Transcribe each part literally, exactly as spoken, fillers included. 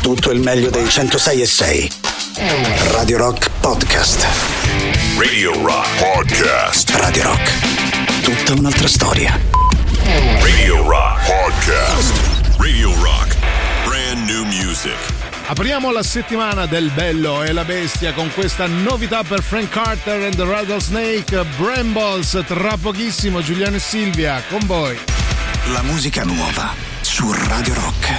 tutto il meglio dei centosei e sei. Radio Rock Podcast. Radio Rock Podcast. Radio Rock. Tutta un'altra storia. Radio Rock Podcast. Radio Rock. Brand new music. Apriamo la settimana del Bello e la Bestia con questa novità per Frank Carter and the Rattlesnake, Brambles. Tra pochissimo Giuliano e Silvia con voi. La musica nuova su Radio Rock.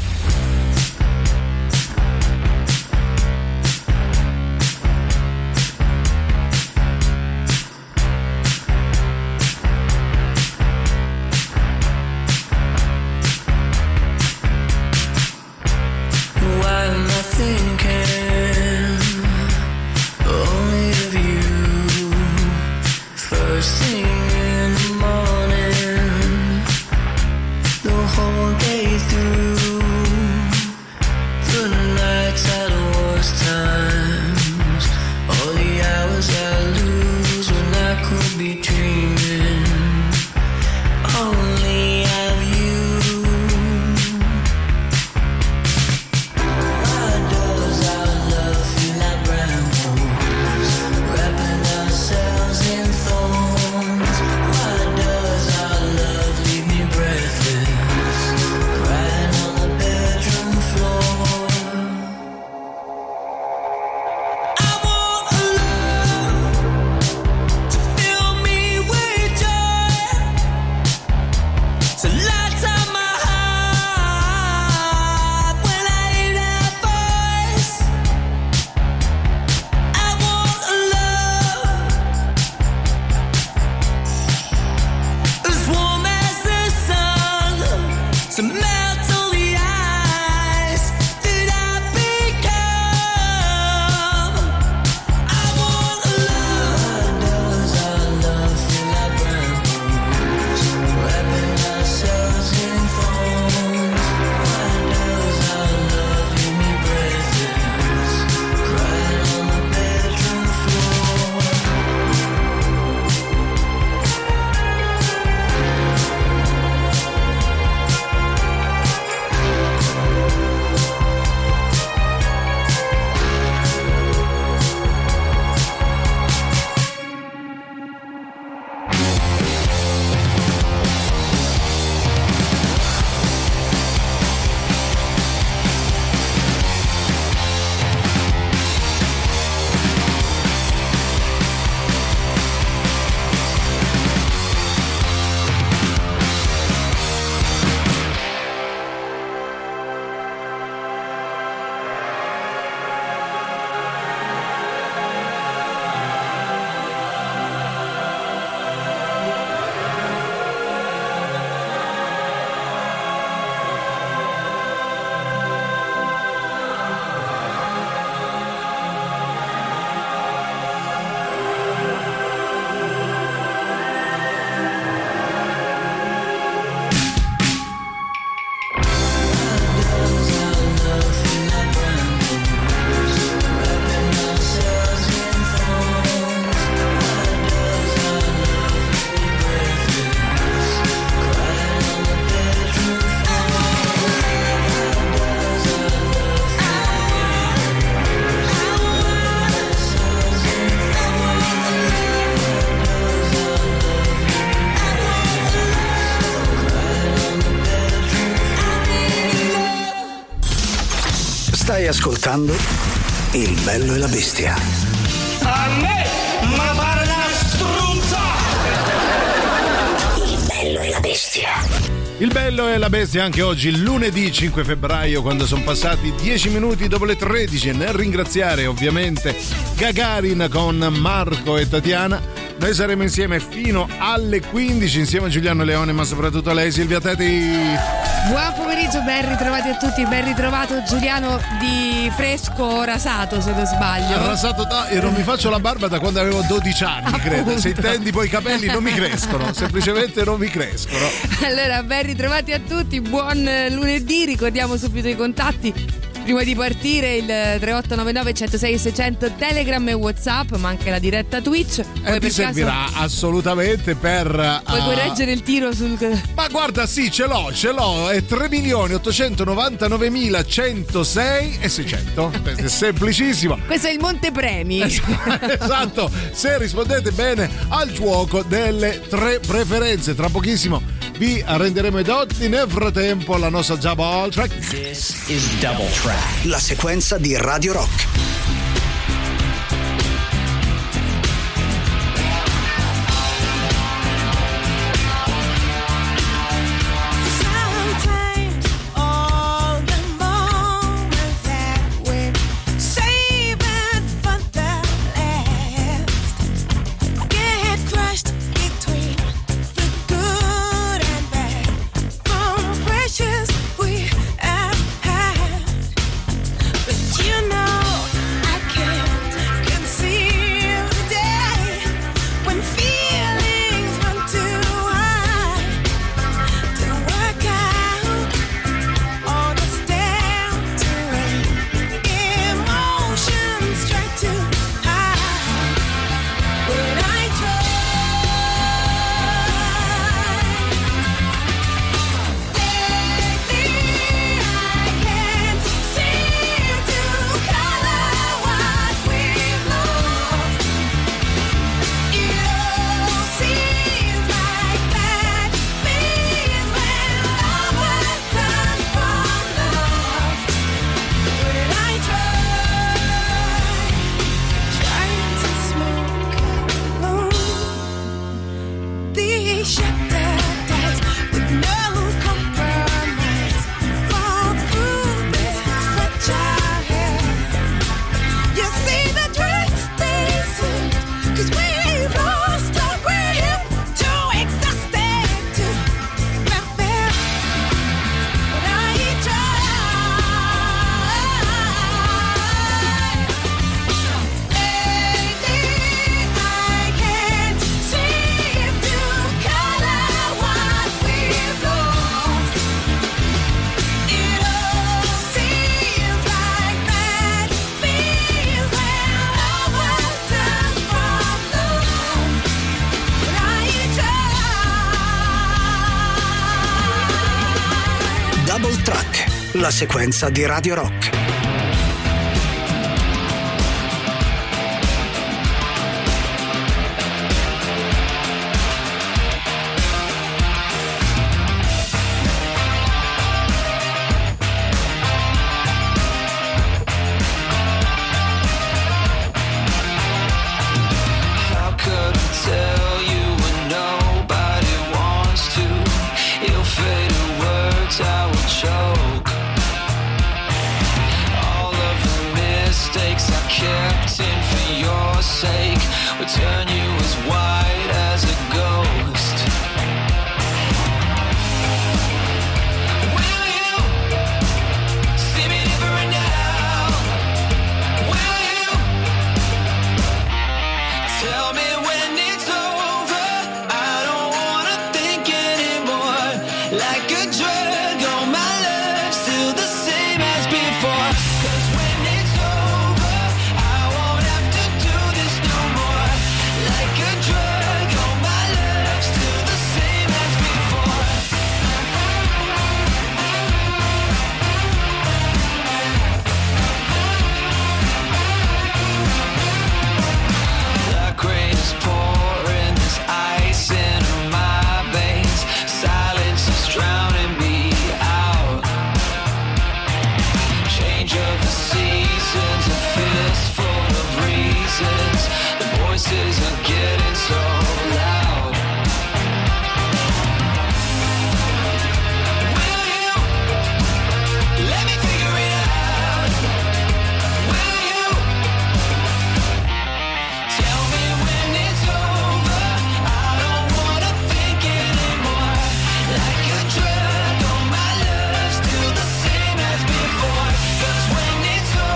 Stai ascoltando Il Bello e la Bestia. A me, ma pare una struzza! Il Bello e la Bestia. Il Bello e la Bestia anche oggi, lunedì cinque febbraio, quando sono passati dieci minuti dopo le tredici. E nel ringraziare ovviamente Gagarin con Marco e Tatiana, noi saremo insieme fino alle quindici insieme a Giuliano Leone, ma soprattutto a lei Silvia Teti. Buon pomeriggio, ben ritrovati a tutti, ben ritrovato Giuliano di fresco rasato, se non sbaglio. Rasato, no, io non mi faccio la barba da quando avevo dodici anni, Appunto. credo. Se intendi poi i capelli non mi crescono, semplicemente non mi crescono. Allora, ben ritrovati a tutti, buon lunedì, ricordiamo subito i contatti. Prima di partire il tre otto nove nove uno zero sei seicento Telegram e WhatsApp, ma anche la diretta Twitch. E Poi ti per servirà caso assolutamente per... puoi uh, correggere il tiro sul... Ma guarda, sì, ce l'ho, ce l'ho, è tre milioni ottocentonovantanovemilacentosei e seicento. È semplicissimo. Questo è il montepremi. Esatto, se rispondete bene al gioco delle tre preferenze. Tra pochissimo vi renderemo i dotti, nel frattempo la nostra Double Track. This is Double Track. La sequenza di Radio Rock. La sequenza di Radio Rock. Turn you as white as a ghost. Will you see me different now? Will you tell me when it's over? I don't wanna think anymore. Like a drug on my love, still the same as before. 'Cause when it's over, I won't have to do this no more. Like a drug on my love, still the same as before. Black rain is pouring, there's ice in my veins. Silence is drowning me out. Change of the seasons, a fistful of reasons. The voices are getting so loud. Will you let me figure it out? Will you tell me when it's over? I don't wanna think anymore. Like a drug on my love, still the same as before. 'Cause when it's over,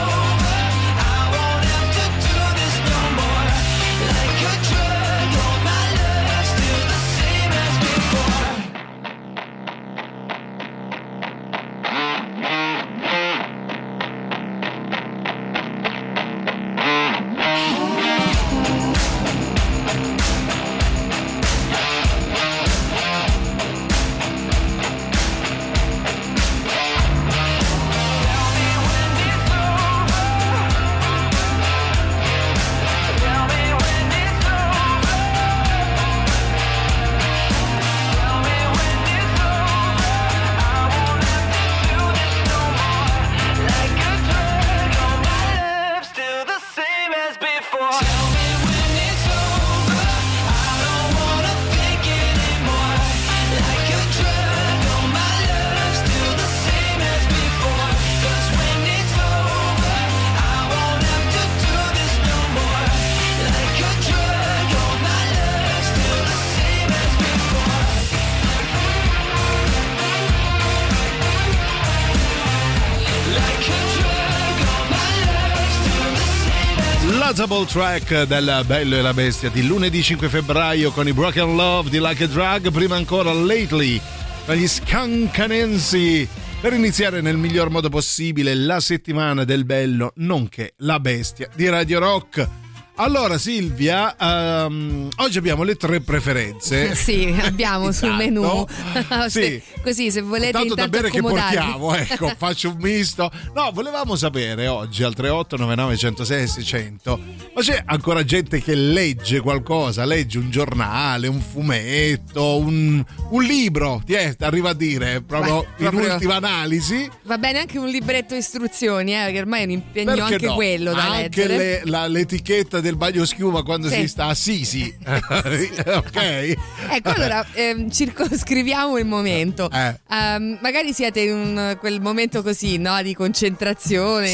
La double track del Bello e la Bestia di lunedì cinque febbraio con i Broken Love di Like a Drug, prima ancora Lately dagli Scancanensi, per iniziare nel miglior modo possibile la settimana del Bello nonché la Bestia di Radio Rock. Allora Silvia, um, oggi abbiamo le tre preferenze. Sì, abbiamo sul menù. Sì. Così se volete tanto da bere che accomodarvi. portiamo, ecco, faccio un misto. No, volevamo sapere oggi al tre otto nove nove uno zero sei sei zero zero, ma c'è ancora gente che legge qualcosa, legge un giornale, un fumetto, un, un libro, ti è, arriva a dire, proprio Beh, in proprio ultima analisi. Va bene anche un libretto istruzioni, eh, perché ormai è un impegno Perché anche no? quello da anche leggere. le, la, l'etichetta del bagno schiuma quando Sì. si sta a Sisi. Ok? Ecco, allora ehm, circoscriviamo il momento. Eh. Ehm, magari siete in un, quel momento così, no? Di concentrazione.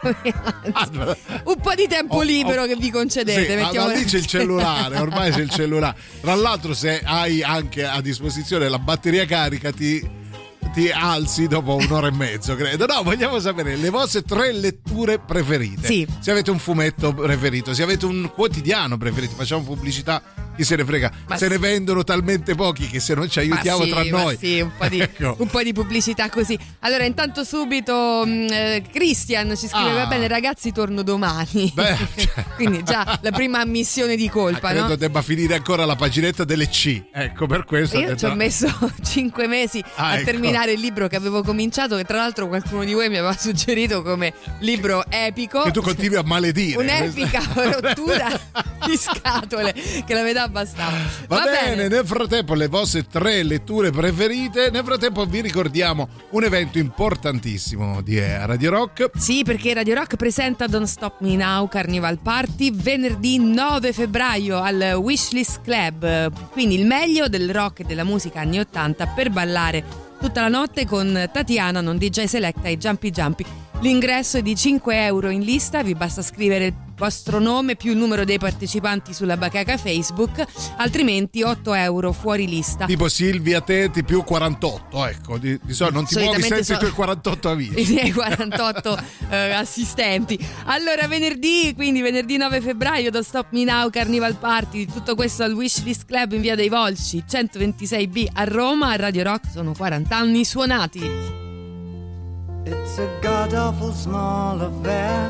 Un po' di tempo Oh, libero oh, che vi concedete. sì, ma, mettiamo- ma lì c'è il cellulare, ormai c'è il cellulare. Tra l'altro, se hai anche a disposizione la batteria carica, ti, ti alzi dopo un'ora e mezzo, credo. No, vogliamo sapere le vostre tre letture preferite. Sì. Se avete un fumetto preferito, se avete un quotidiano preferito, facciamo pubblicità, chi se ne frega. Ma se sì. ne vendono talmente pochi che se non ci aiutiamo Ma sì, tra ma noi. sì, un po' di, Ecco. un po' di pubblicità così. Allora, intanto subito mh, eh, Christian ci scrive: Ah. va bene, ragazzi, torno domani. Beh, cioè. Quindi già la prima ammissione di colpa, Ah, credo no? debba finire ancora la paginetta delle C. Ecco, per questo ho Io detto- ci ho messo cinque mesi Ah, a ecco. terminare il libro che avevo cominciato, che tra l'altro qualcuno di voi mi aveva suggerito come libro epico. che tu continui a maledire. Un'epica rottura di scatole che la metà bastava. Va, bene, nel frattempo le vostre tre letture preferite. Nel frattempo vi ricordiamo un evento importantissimo di Radio Rock. Sì, perché Radio Rock presenta Don't Stop Me Now Carnival Party venerdì nove febbraio al Wishlist Club. Quindi il meglio del rock e della musica anni ottanta per ballare tutta la notte con Tatiana, non D J Selecta e Jumpy Jumpy. L'ingresso è di cinque euro in lista, vi basta scrivere il vostro nome più il numero dei partecipanti sulla bacheca Facebook, altrimenti otto euro fuori lista. Tipo Silvia Tetti più quarantotto, ecco, di, di solito non ti muovi Solitamente senza i so- tuoi quarantotto amici. I miei quarantotto eh, assistenti. Allora venerdì, quindi venerdì nove febbraio, Don't Stop Me Now Carnival Party, tutto questo al Wishlist Club in via dei Volsci centoventisei B a Roma. A Radio Rock sono quaranta anni suonati. It's a god-awful small affair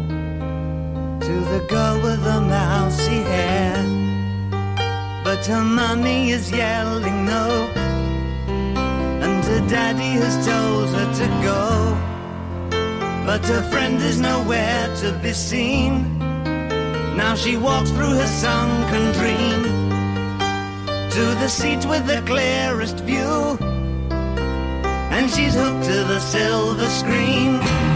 to the girl with the mousy hair, but her mommy is yelling no, and her daddy has told her to go, but her friend is nowhere to be seen. Now she walks through her sunken dream to the seat with the clearest view, and she's hooked to the silver screen.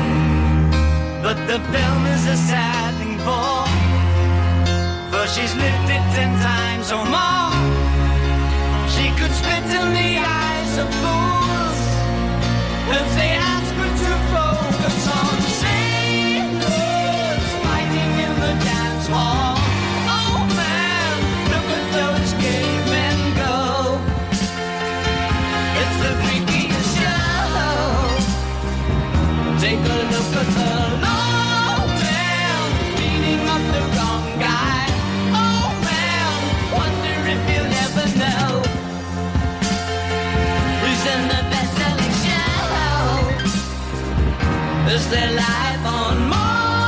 But the film is a sad thing for, for she's lived it ten times or more. She could spit in the eyes of fools if they ask her to focus on sailors fighting in the dance hall. Oh man, look at those gay men go. It's the freakiest show. Take a look at the low man beating up the wrong guy. Oh man, wonder if you'll ever know who's in the best-selling show. Is their life on Mars?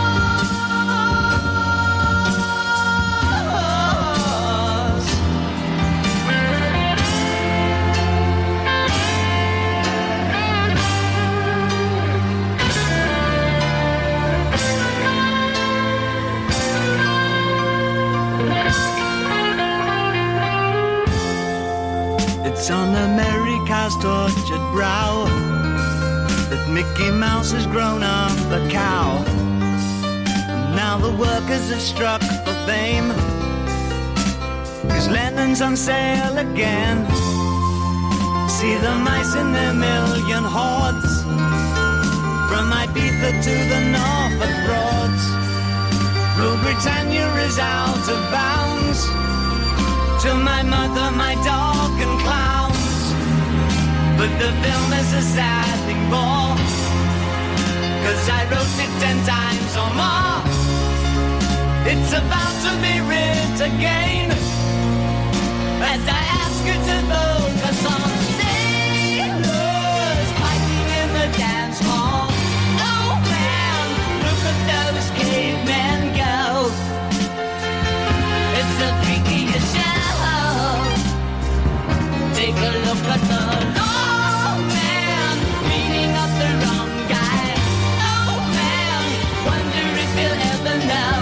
It's on America's tortured brow that Mickey Mouse has grown up a cow. And now the workers have struck for fame, 'cause Lennon's on sale again. See the mice in their million hordes, from Ibiza to the Norfolk Broads. Rule Britannia is out of bounds, to my mother, my dog and clowns. But the film is a sad thing more, 'cause I wrote it ten times or more. It's about to be writ again. As I ask her to vote for some sailors fighting in the dance hall. Oh man, look at those cavemen go. It's the freakiest show. Take a look at the long man beating up the wrong guy. Oh man, wonder if he'll ever know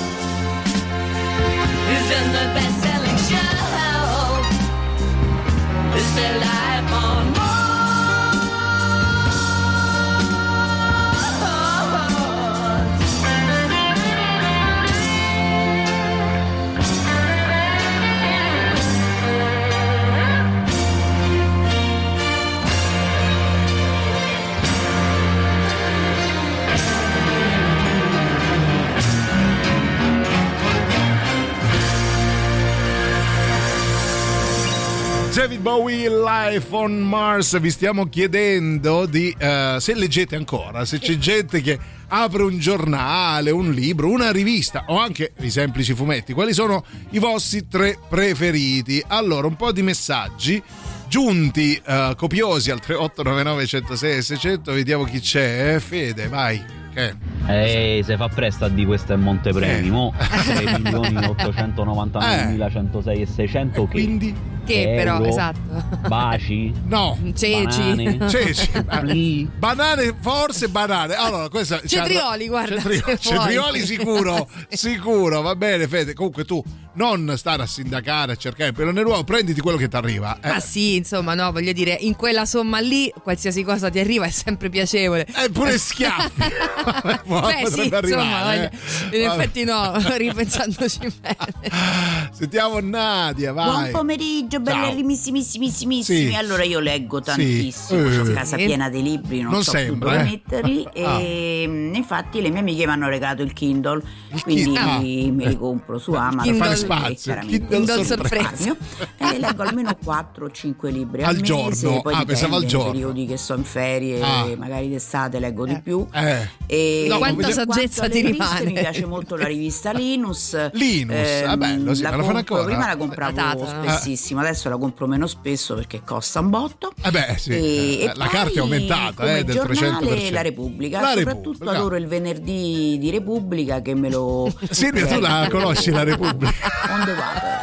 who's in the best-selling show. Is there life on Mars? David Bowie, Life on Mars. Vi stiamo chiedendo di uh, se leggete ancora, se c'è gente che apre un giornale, un libro, una rivista o anche i semplici fumetti, quali sono i vostri tre preferiti. Allora, un po' di messaggi giunti uh, copiosi al tre otto nove nove uno zero sei sei zero zero. Vediamo chi c'è. Fede, vai. Eh. Ehi, se fa presto a di questo è Montepremi, eh. Mo tre milioni ottocentonovantanovemilacentosei e seicento che quindi che euro, però esatto no no ceci banane, ceci banane forse banane allora questa cetrioli guarda cetri- cetrioli sicuro sicuro va bene Fede, comunque tu non stare a sindacare a cercare il pelo nell'uovo, prenditi quello che ti arriva eh. Ah sì, insomma, no, voglio dire, in quella somma lì qualsiasi cosa ti arriva è sempre piacevole, è pure schiaffi. Beh sì, insomma, arrivare, eh. in effetti no, ripensandoci bene. Sentiamo Nadia, vai. Buon pomeriggio, bellissimissimissimi. Sì. Allora io leggo tantissimo, sì. ho eh. casa piena di libri, non, non so sembra, più dove eh. metterli ah. e infatti le mie amiche mi hanno regalato il Kindle, il quindi ah. me li compro su Amazon Kindle, per fare spazio, Kindle, Kindle sorpresa e leggo almeno quattro o cinque libri al al giorno. mese, poi ah, dipende, al giorno. nei periodi che sto in ferie, ah. magari d'estate leggo eh. di più eh. e no, quanta saggezza ti rimane. Mi piace molto la rivista Linus. Linus, eh, ah, bello, sì, la me la fanno ancora. Prima la compravo Patata. spessissimo, adesso la compro meno spesso perché costa un botto. Eh beh, sì. E, eh, e la carta è aumentata come eh, del giornale, trecento per cento. La Repubblica, la soprattutto Repubblica. adoro il venerdì di Repubblica che me lo Silvia, tu la conosci la Repubblica? On the water.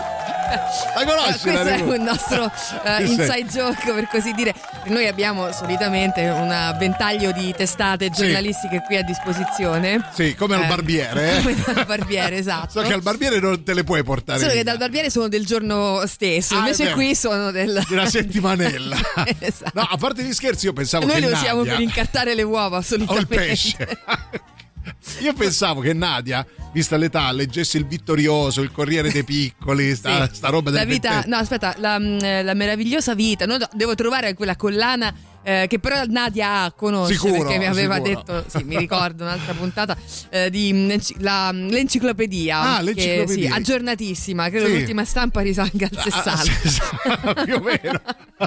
La conosci? Questo la è un nostro uh, inside joke, per così dire. Noi abbiamo solitamente un ventaglio di testate giornalistiche sì. qui a disposizione. Sì, come al eh, barbiere. Eh? Come al barbiere, esatto. So che al barbiere non te le puoi portare. Solo via. che dal barbiere sono del giorno stesso, ah, invece qui sono del... della settimanella. Esatto. No, a parte gli scherzi, io pensavo Noi che lo Nadia... usiamo per incartare le uova, assolutamente. O il pesce. Io pensavo che Nadia, vista l'età, leggesse il Vittorioso, il Corriere dei Piccoli, sta, sì. sta roba del la vita, ventennio. no aspetta, la, la meravigliosa vita, no, devo trovare quella collana eh, che però Nadia conosce, sicuro, perché mi aveva sicuro. detto, sì, mi ricordo un'altra puntata eh, di la, l'enciclopedia, ah, l'enciclopedia. Che, sì, aggiornatissima, credo sì. l'ultima stampa risalga al sessanta ah, più o meno.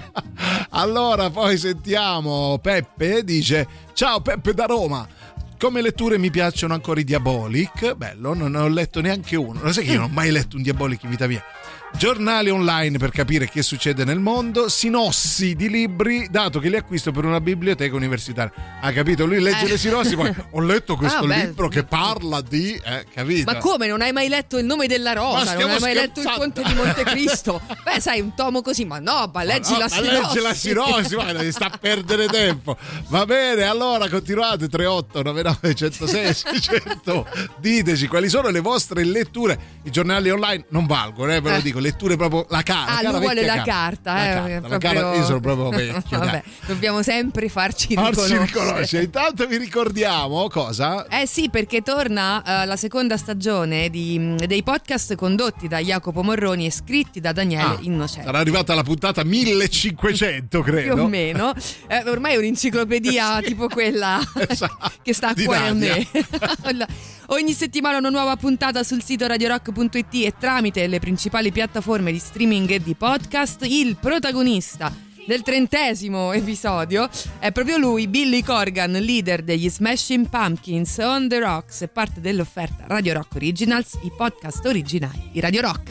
Allora poi sentiamo Peppe, dice: ciao Peppe da Roma. Come letture mi piacciono ancora i Diabolic. Bello, non ne ho letto neanche uno. Lo sai che io non ho mai letto un Diabolic in vita mia. Giornali online per capire che succede nel mondo. Sinossi di libri, dato che li acquisto per una biblioteca universitaria. Ha capito? Lui legge eh. le sinossi, poi ho letto questo ah, libro che parla di... Eh, capito? Ma come? Non hai mai letto Il nome della rosa? Non hai mai letto Il Conte di Montecristo? Beh, sai, un tomo così, ma no, ma leggi no, la ma sinossi. leggi la sinossi, ma non sta a perdere tempo. Va bene, allora continuate. Tre otto nove nove uno zero sei sei zero zero. Diteci quali sono le vostre letture. I giornali online non valgono, eh, ve lo eh. dico. Letture proprio la carta. Ah, lui vuole la carta, la eh, carta, proprio... la carta. Io sono proprio vecchio. Vabbè, dobbiamo sempre farci, farci riconoscere. riconoscere. Intanto vi ricordiamo cosa? Eh sì, perché torna uh, la seconda stagione di, dei podcast condotti da Jacopo Morroni e scritti da Daniele ah, Innocenti. Sarà arrivata la puntata millecinquecento, credo. Più o meno. Eh, ormai è un'enciclopedia sì. tipo quella esatto. che sta a di cuore Nadia. a me. Ogni settimana una nuova puntata sul sito radio rock punto it e tramite le principali piattaforme di streaming e di podcast. Il protagonista del trentesimo episodio. È proprio lui, Billy Corgan, leader degli Smashing Pumpkins, On The Rocks, è parte dell'offerta Radio Rock Originals, i podcast originali di Radio Rock.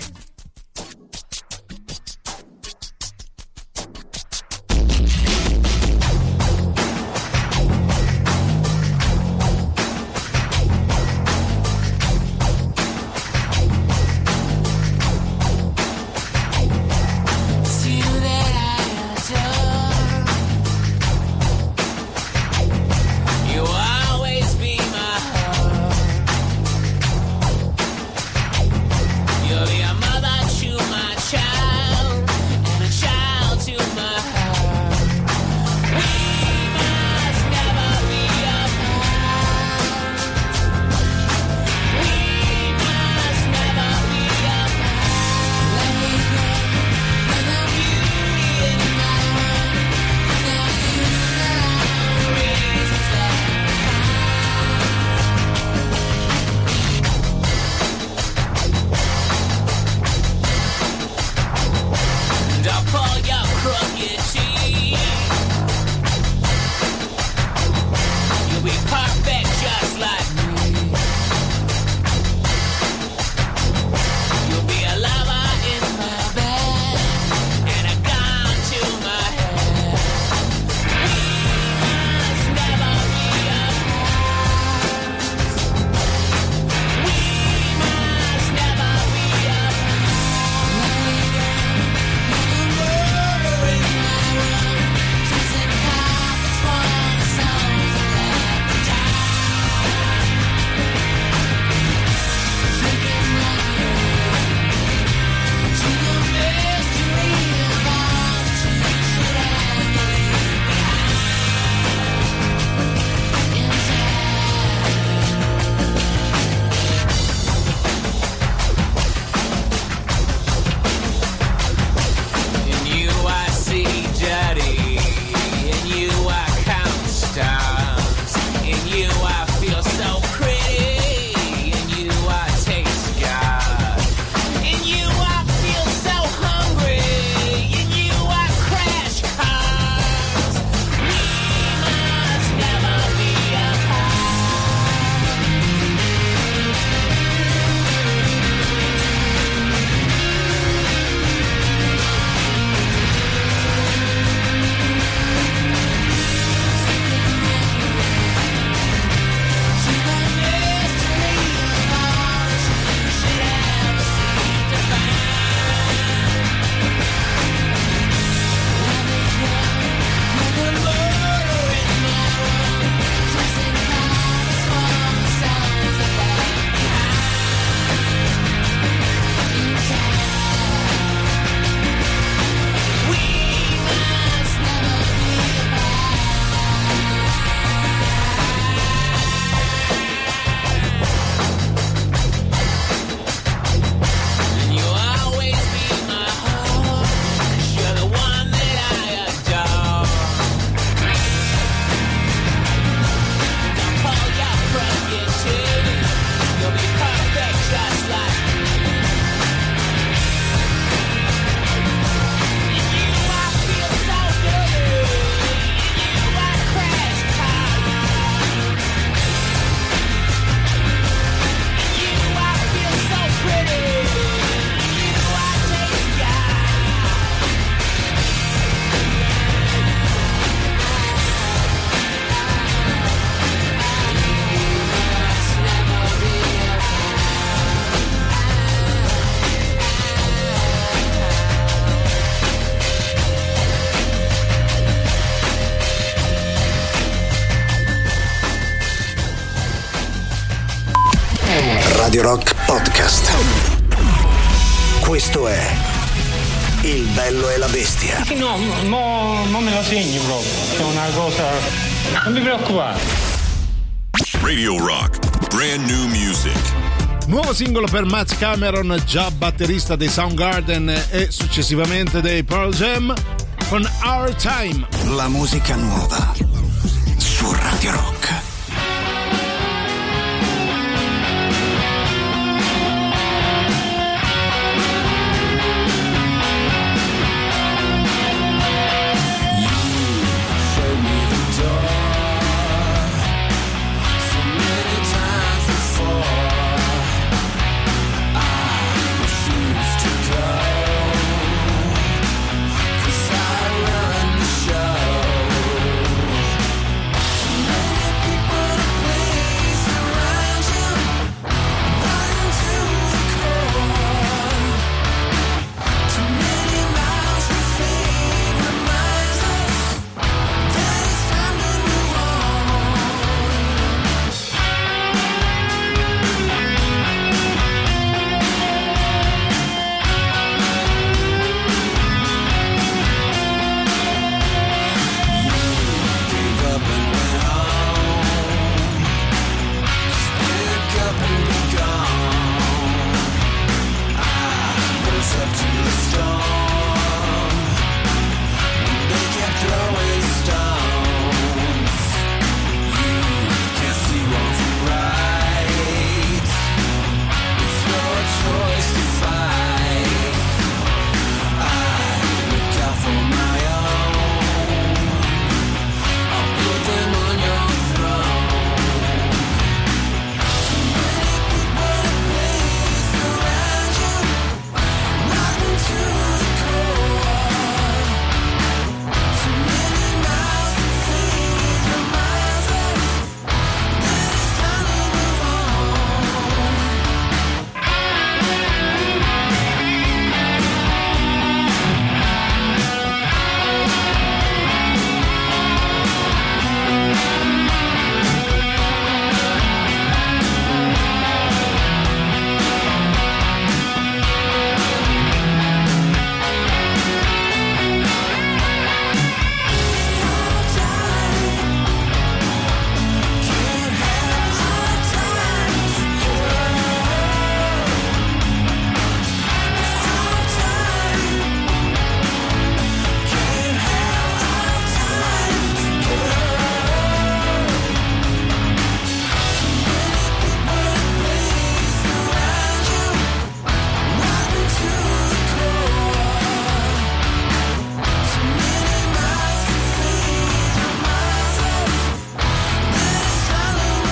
Radio Rock Podcast. Questo è Il Bello e la Bestia. No, mo, mo me lo segno proprio. È una cosa. Non mi preoccupare. Radio Rock, brand new music. Nuovo singolo per Matt Cameron, già batterista dei Soundgarden e successivamente dei Pearl Jam, con Our Time. La musica nuova su Radio Rock.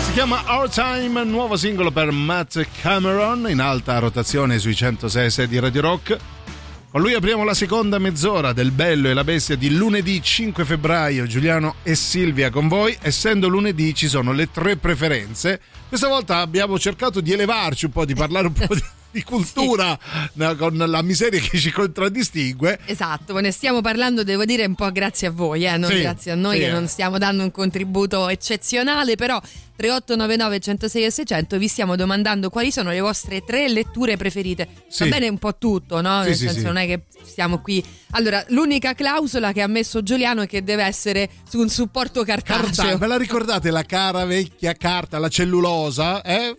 Si chiama Our Time, nuovo singolo per Matt Cameron, in alta rotazione sui centosei e sei di Radio Rock. Con lui apriamo la seconda mezz'ora del Bello e la Bestia di lunedì cinque febbraio. Giuliano e Silvia con voi. Essendo lunedì ci sono le tre preferenze. Questa volta abbiamo cercato di elevarci un po', di parlare un po' di, di cultura, sì, con la miseria che ci contraddistingue. Esatto, ne stiamo parlando, devo dire, un po' grazie a voi, eh? non sì, grazie a noi sì, che eh. non stiamo dando un contributo eccezionale, però tre otto nove nove centosei e seicento vi stiamo domandando quali sono le vostre tre letture preferite. Sì. Va bene un po' tutto, no? Sì, Nel sì, senso sì. non è che stiamo qui. Allora, l'unica clausola che ha messo Giuliano è che deve essere su un supporto cartaceo. Carta, ve la ricordate la cara vecchia carta, la cellulosa? Eh?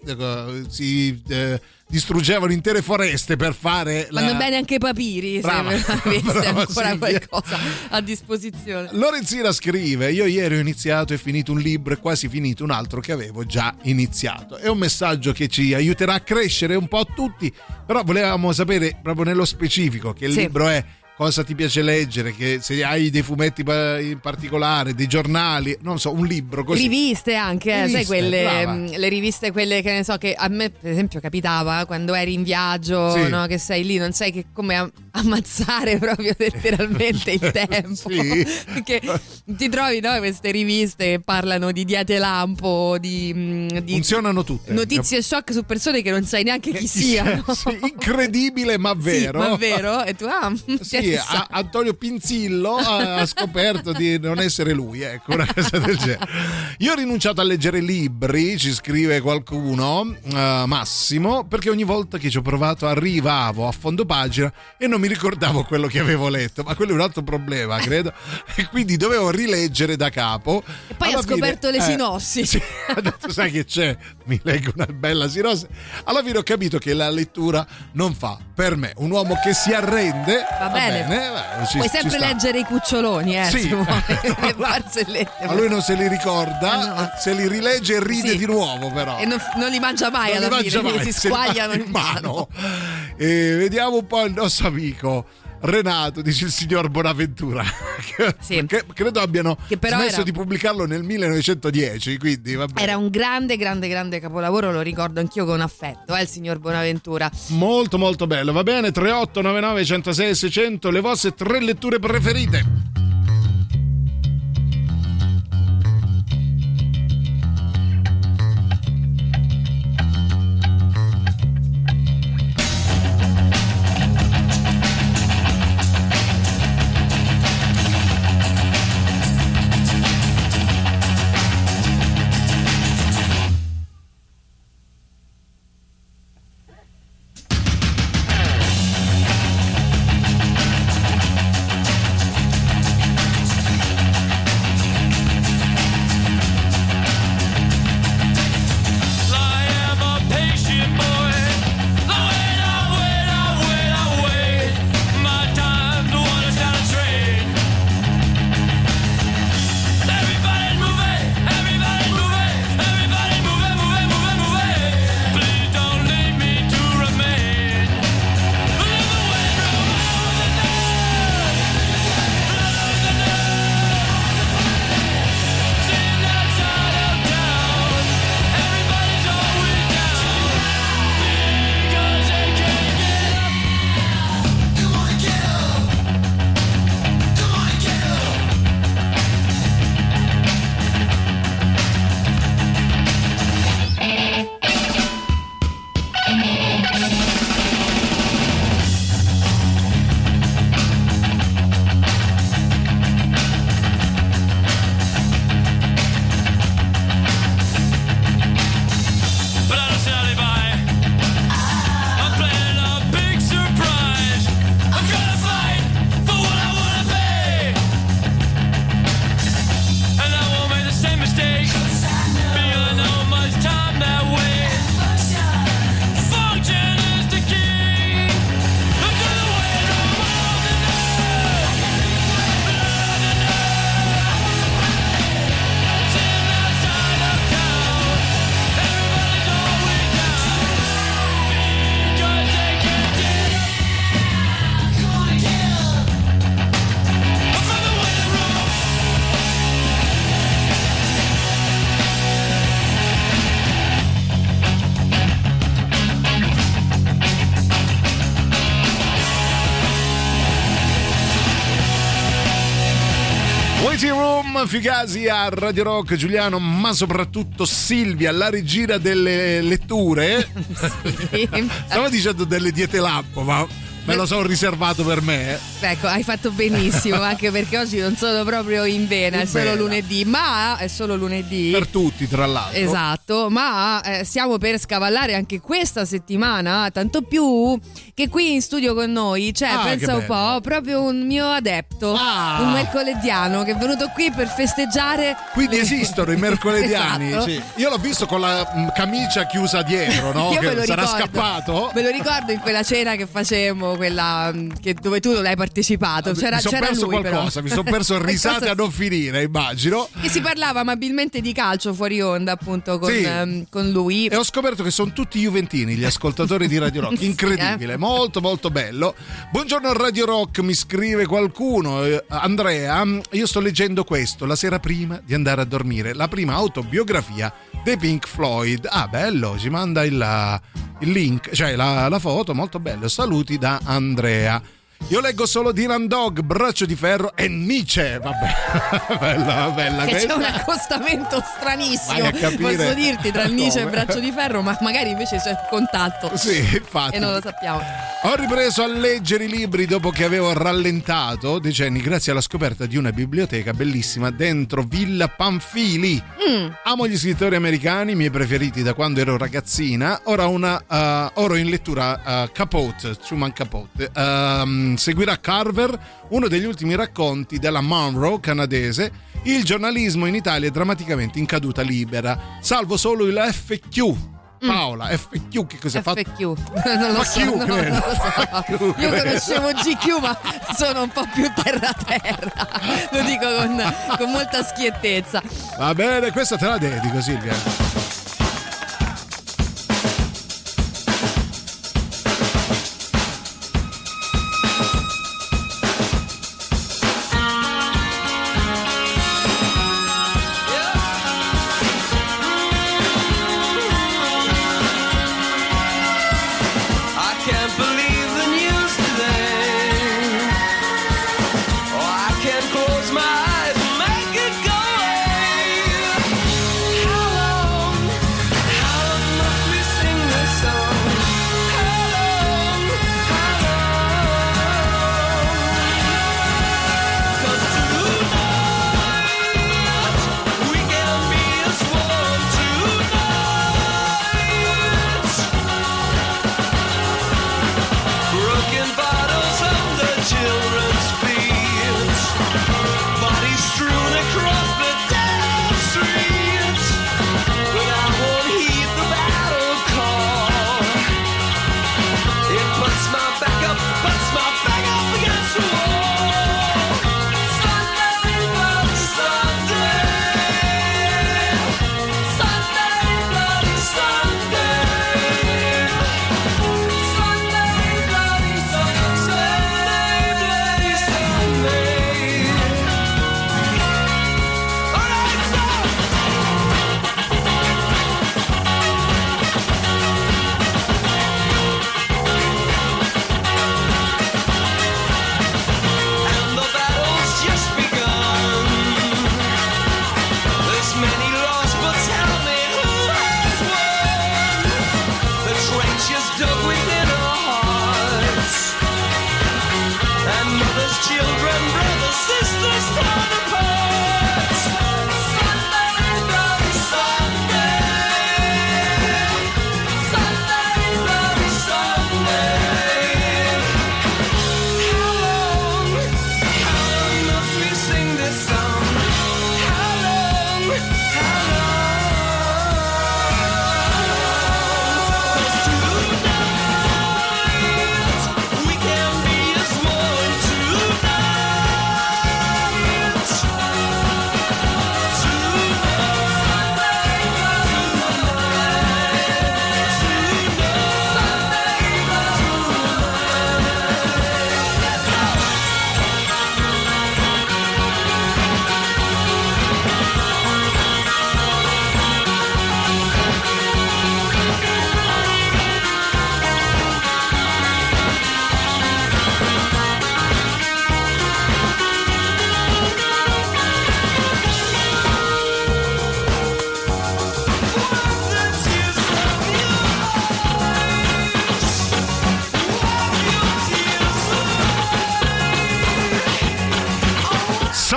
Si eh, distruggevano intere foreste per fare la... Vanno bene anche i papiri, Brava. se aveste Brava, ancora Silvia. qualcosa a disposizione. Lorenzina scrive: io ieri ho iniziato e finito un libro e quasi finito un altro che avevo già iniziato. È un messaggio che ci aiuterà a crescere un po' tutti, però volevamo sapere proprio nello specifico che il Sì. libro è, cosa ti piace leggere, che se hai dei fumetti pa- in particolare, dei giornali, non so, un libro così. Riviste anche, eh, Riviste, sai quelle, brava. mh, le riviste quelle che ne so, che a me per esempio capitava quando eri in viaggio, Sì. no, che sei lì, non sai che come am- ammazzare proprio letteralmente il tempo. Sì. Perché ti trovi, no, queste riviste che parlano di diete lampo, di, mh, di Funzionano tutte. notizie shock su persone che non sai neanche chi Chi siano. sia- sì, incredibile ma vero. Sì, ma vero? E tu, ah, Sì, a- Antonio Pinzillo ha, ha scoperto di non essere lui, ecco, una cosa del genere. Io ho rinunciato a leggere libri, ci scrive qualcuno, uh, Massimo, perché ogni volta che ci ho provato arrivavo a fondo pagina e non mi ricordavo quello che avevo letto, ma quello è un altro problema, credo, e quindi dovevo rileggere da capo. E poi Alla ha scoperto fine, le eh, sinossi. Sì, ha detto, sai che c'è? Mi leggo una bella sinossi. Alla fine ho capito che la lettura non fa per me. Un uomo che si arrende, Va bene. beh, ci- Puoi ci sempre sta. leggere i cuccioloni, eh, Sì. se vuoi, le barzellette. Ma lui non se li ricorda, Ah, no. se li rilegge e ride Sì. di nuovo, però. E non, non li mangia mai Non alla li mangia fine, mai, si se li squagliano mangia in mano. E vediamo un po' il nostro amico Renato, dice il signor Bonaventura. Sì. Che credo abbiano Che però smesso era- di pubblicarlo nel millenovecentodieci, quindi va bene. Era un grande, grande, grande capolavoro, lo ricordo anch'io con affetto, eh, il signor Bonaventura. Molto molto bello, va bene. Tre otto nove nove uno zero sei sei zero zero, le vostre tre letture preferite. Roman Figasi a Radio Rock, Giuliano, ma soprattutto Silvia, la regina delle letture. Sì. Stavo dicendo delle diete lampo, ma me lo sono riservato per me. Ecco, hai fatto benissimo, anche perché oggi non sono proprio in vena, In è solo vena. lunedì, ma è solo lunedì. Per tutti, tra l'altro. Esatto, ma eh, stiamo per scavallare anche questa settimana, tanto più che qui in studio con noi c'è, Ah, pensa che un po', proprio un mio adepto, Ah. un mercolediano che è venuto qui per festeggiare. Quindi le- esistono i mercolediani. Esatto. Sì. Io l'ho visto con la mm, camicia chiusa dietro, no? Io Che me lo sarà ricordo. scappato. Me lo ricordo in quella cena che facemmo, quella mm, che, dove tu non hai partecipato. C'era, mi sono c'era perso lui, qualcosa, però. mi sono perso risate Qualcosa- a non finire, immagino. Che si parlava amabilmente di calcio fuori onda, appunto, con, Sì. ehm, con lui. E ho scoperto che sono tutti juventini gli ascoltatori di Radio Rock. Sì, Incredibile, eh. molto molto bello. Buongiorno a Radio Rock, mi scrive qualcuno. eh, Andrea, io sto leggendo questo la sera prima di andare a dormire, la prima autobiografia dei Pink Floyd. Ah, bello, ci manda il, il link, cioè la, la foto, molto bello. Saluti da Andrea. Io leggo solo Dylan Dog, Braccio di Ferro e Nietzsche. Vabbè, bella, bella Che c'è questa. un accostamento stranissimo, Vai a capire posso dirti, tra il Nietzsche e il come. Braccio di Ferro, ma magari invece c'è il contatto. Sì, infatti. E non lo sappiamo. Ho ripreso a leggere i libri dopo che avevo rallentato decenni grazie alla scoperta di una biblioteca bellissima dentro Villa Pamphili. Mm. Amo gli scrittori americani, i miei preferiti da quando ero ragazzina. Ora una uh, ora in lettura uh, Capote, Truman Capote. Um, seguirà Carver, uno degli ultimi racconti della Monroe canadese. Il giornalismo in Italia è drammaticamente in caduta libera, salvo solo il F Q. Paola, F Q che cos'è fatto? F Q, non lo so, Q, no, non credo. lo so. F Q, Io credo. conoscevo G Q, ma sono un po' più terra terra. Lo dico con, con molta schiettezza. Va bene, questa te la dedico, Silvia. I can't believe the news today. Oh, I can't close my eyes and make it go away. How long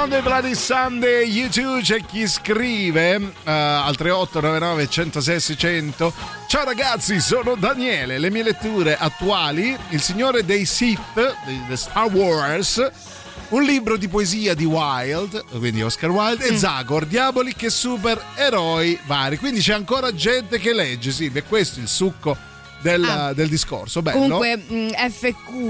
Sunday Bloody Sunday, YouTube, c'è chi scrive uh, al tre otto nove nove uno zero sei sei zero zero. Ciao ragazzi, sono Daniele, le mie letture attuali: Il Signore dei Sith di Star Wars, un libro di poesia di Wilde, quindi Oscar Wilde, mm. e Zagor, Diabolic e supereroi vari. Quindi c'è ancora gente che legge, Silvia, e questo è il succo Del, ah. del discorso. Bello. Comunque mh, F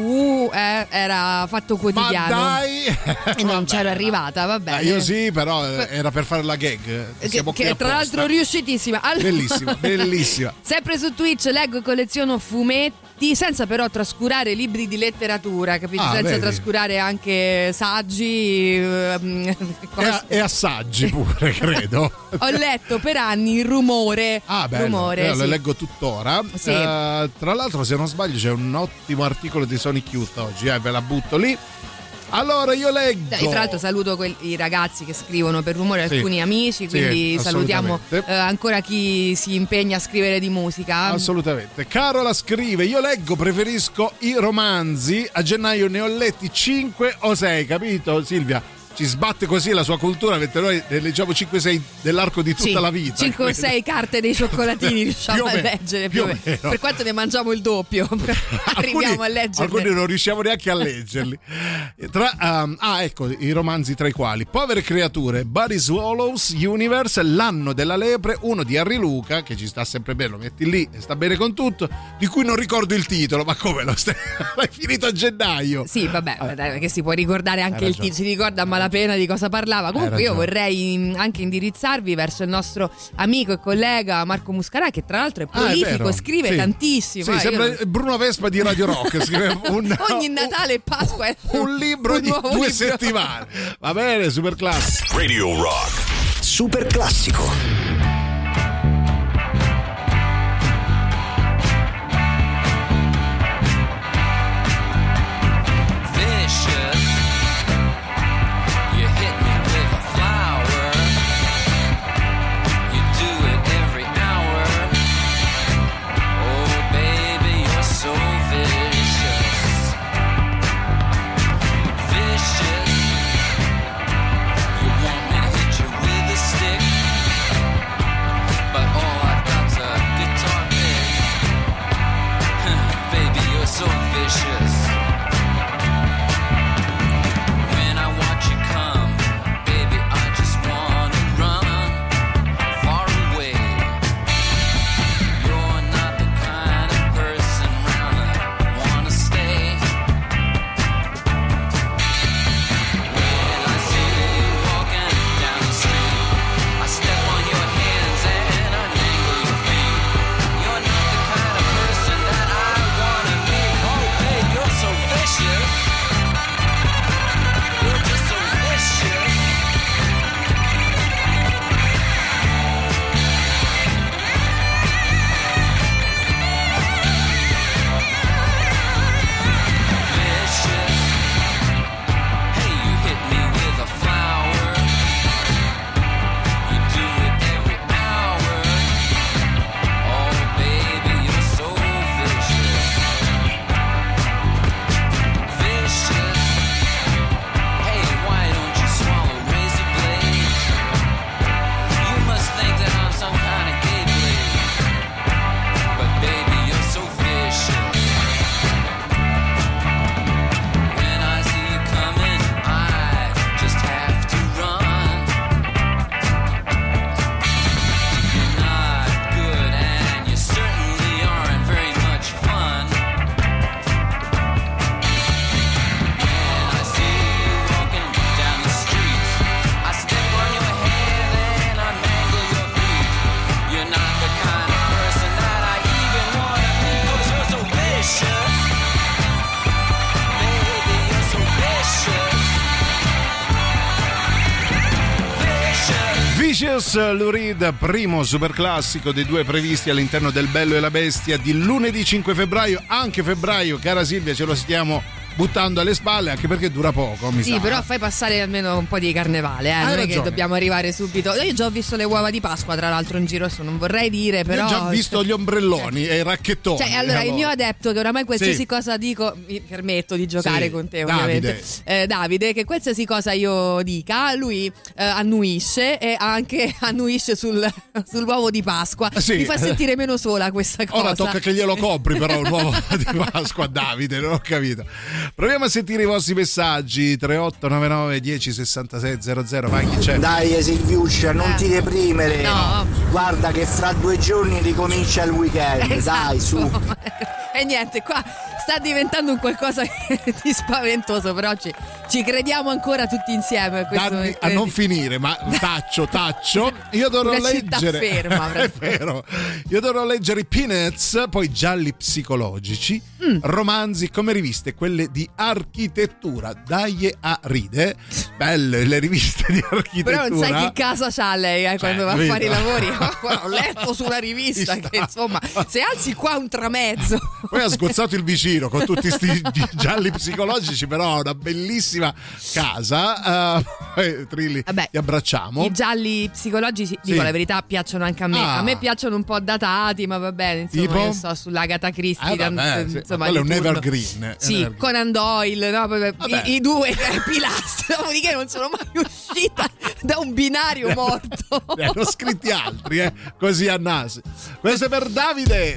Q eh, era fatto quotidiano. Ma dai! E non c'ero arrivata, va bene. Ah, io sì, però era per fare la gag. Che, che tra l'altro riuscitissima. Allora, bellissima, bellissima. Sempre su Twitch leggo e colleziono fumetti, senza però trascurare libri di letteratura, capito? Ah, senza vedi. trascurare anche saggi e, a, e assaggi pure, credo. Ho letto per anni Il Rumore. Ah, bello. Rumore, Io sì. lo leggo tuttora. Sì. Uh, tra l'altro, se non sbaglio, c'è un ottimo articolo di Sonic Youth oggi, eh, ve la butto lì. Allora io leggo. Tra l'altro saluto quelli, i ragazzi che scrivono per Rumore, sì. alcuni amici, quindi sì, salutiamo eh, ancora chi si impegna a scrivere di musica. Assolutamente. Carola scrive: io leggo, preferisco i romanzi, a gennaio ne ho letti cinque o sei, capito Silvia? Ci sbatte così la sua cultura, mentre noi ne leggiamo cinque sei nell'arco di tutta sì, la vita. cinque o sei carte dei cioccolatini riusciamo a meno, leggere più, più meno. Per quanto ne mangiamo il doppio arriviamo alcuni, a leggerli. Alcuni non riusciamo neanche a leggerli. Tra, um, ah ecco i romanzi, tra i quali Povere creature, Buddy Swallows Universe, L'anno della lepre, uno di Harry Luca, che ci sta sempre bene, lo metti lì e sta bene con tutto, di cui non ricordo il titolo. Ma come lo stai? L'hai finito a gennaio? Sì, vabbè, ah. dai, perché si può ricordare anche il titolo, si ricorda ma la pena di cosa parlava. Comunque io vorrei anche indirizzarvi verso il nostro amico e collega Marco Muscarà, che tra l'altro è prolifico, ah, è scrive sì. tantissimo. Sì, ah, sembra non... Bruno Vespa di Radio Rock. Scrive un, ogni Natale e Pasqua è un libro un di due libro. settimane. Va bene, super classico. Radio Rock. Super classico. Lou Reed, primo super classico dei due previsti all'interno del Bello e la Bestia di lunedì cinque febbraio. Anche febbraio, cara Silvia, ce lo stiamo buttando alle spalle, anche perché dura poco, mi sì, sa. però fai passare almeno un po' di carnevale, eh. non è che dobbiamo arrivare subito. Io già ho visto le uova di Pasqua, tra l'altro, in giro, non vorrei dire, però. Io ho già visto gli ombrelloni e i racchettoni. Cioè, allora, allora, il mio adepto, che oramai qualsiasi sì. cosa dico, mi permetto di giocare sì, con te, Davide. ovviamente. Eh, Davide, che qualsiasi cosa io dica, lui eh, annuisce e anche annuisce sul, sull'uovo di Pasqua. Sì. Mi fa sentire meno sola questa cosa. Ora tocca che glielo compri, però, un uovo di Pasqua a Davide, non ho capito. Proviamo a sentire i vostri messaggi. Tre otto nove nove uno zero sei sei zero zero. Vai, chi c'è? Dai Silviuccia, non Eh. ti deprimere. No. Guarda che fra due giorni ricomincia il weekend. Esatto. Dai, su. E niente, qua sta diventando un qualcosa di spaventoso, però ci, ci crediamo ancora tutti insieme a questo. Danni a non finire, ma taccio, taccio. Io dovrò Una città leggere. ferma, è vero. Io dovrò leggere i Peanuts, poi gialli psicologici, Mm. romanzi come riviste, quelle di architettura. Dai a ride. Belle le riviste di architettura. Però non sai che casa c'ha lei eh, quando va a capito? fare i lavori. Ho letto sulla rivista che insomma, se alzi qua un tramezzo. Poi ha sgozzato il vicino con tutti sti gialli psicologici, però ha una bellissima casa. Uh, Trilli, Vabbè, ti abbracciamo. I gialli psicologici, Sì. dico la verità, piacciono anche a me. Ah. A me piacciono un po' datati, ma va bene, insomma, Tipo? io sto sull'Agatha Christie. Eh, vabbè, sì. insomma, Quello è di un turno. evergreen, è un Sì, evergreen. Conan Doyle, no? Vabbè, Vabbè. I, i due pilastri. Dopodiché non sono mai uscita da un binario morto. Ne hanno scritti altri, eh? Così a naso. Questo è per Davide.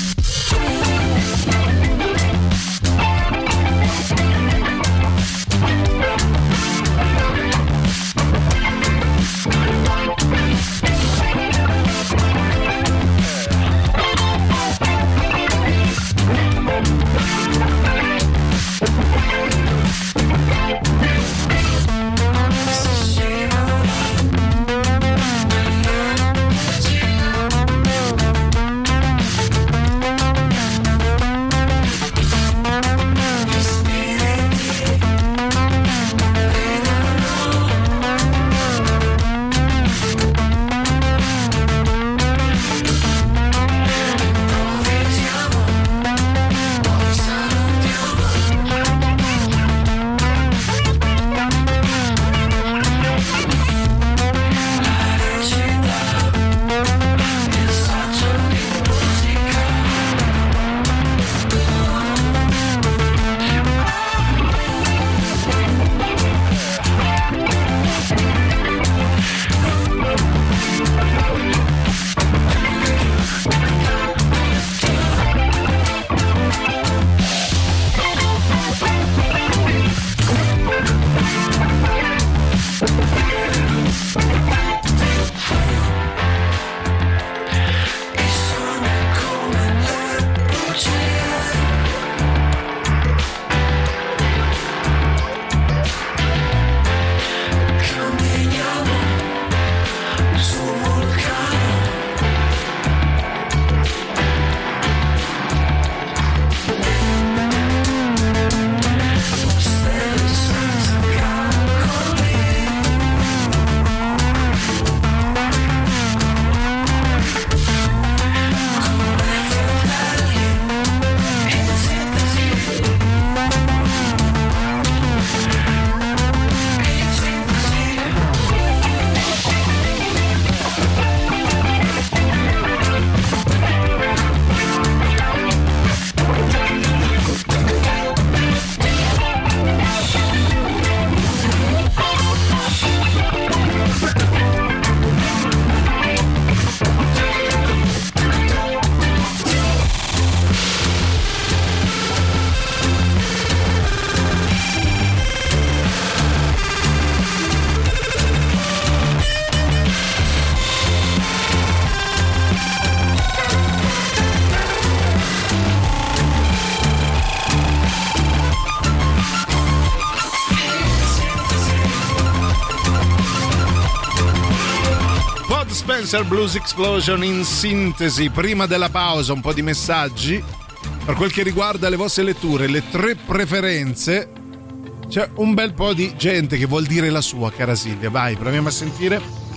Spencer Blues Explosion in sintesi. Prima della pausa un po' di messaggi per quel che riguarda le vostre letture, le tre preferenze. C'è un bel po' di gente che vuol dire la sua, cara Silvia. Vai, proviamo a sentire.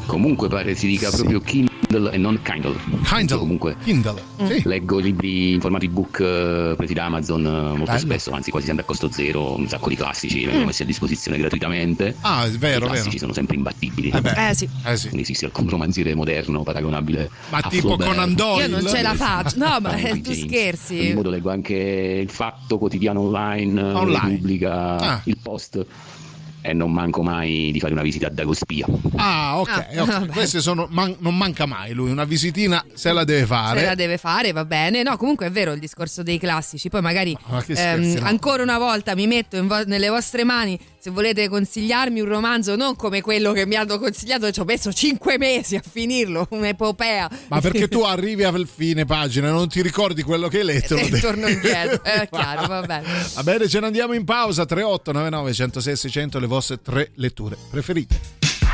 Comunque pare si dica sì. proprio Kindle e non Kindle. Kindle. Comunque Kindle. Sì. Leggo libri in formato ebook uh, presi da Amazon uh, molto Bello. spesso, anzi quasi sempre a costo zero, un sacco di classici vengono mm. messi a disposizione gratuitamente. Ah, è vero, I classici vero. sono sempre imbattibili. Eh, beh. Eh sì. Eh sì. Non esiste alcun romanziere moderno paragonabile. Ma a tipo Flaubert. Conan Doyle. Io non ce la faccio. No, ma Oh, tu scherzi. In ogni modo leggo anche il Fatto Quotidiano Online, online. Repubblica, ah. il Post. E non manco mai di fare una visita a Dagospia. Ah, ok, ah, okay. Queste sono man- non manca mai lui, una visitina se la deve fare. Se la deve fare, va bene. No, comunque è vero il discorso dei classici. Poi magari Ma che ehm, scherzi, no. ancora una volta mi metto in vo- nelle vostre mani se volete consigliarmi un romanzo non come quello che mi hanno consigliato, ci ho messo cinque mesi a finirlo, un'epopea. Ma perché tu arrivi al fine pagina, non ti ricordi quello che hai letto? E torno indietro, è chiaro, va bene. Va bene, ce ne andiamo in pausa. Tre otto nove nove uno zero sei sei zero zero, le vostre tre letture preferite.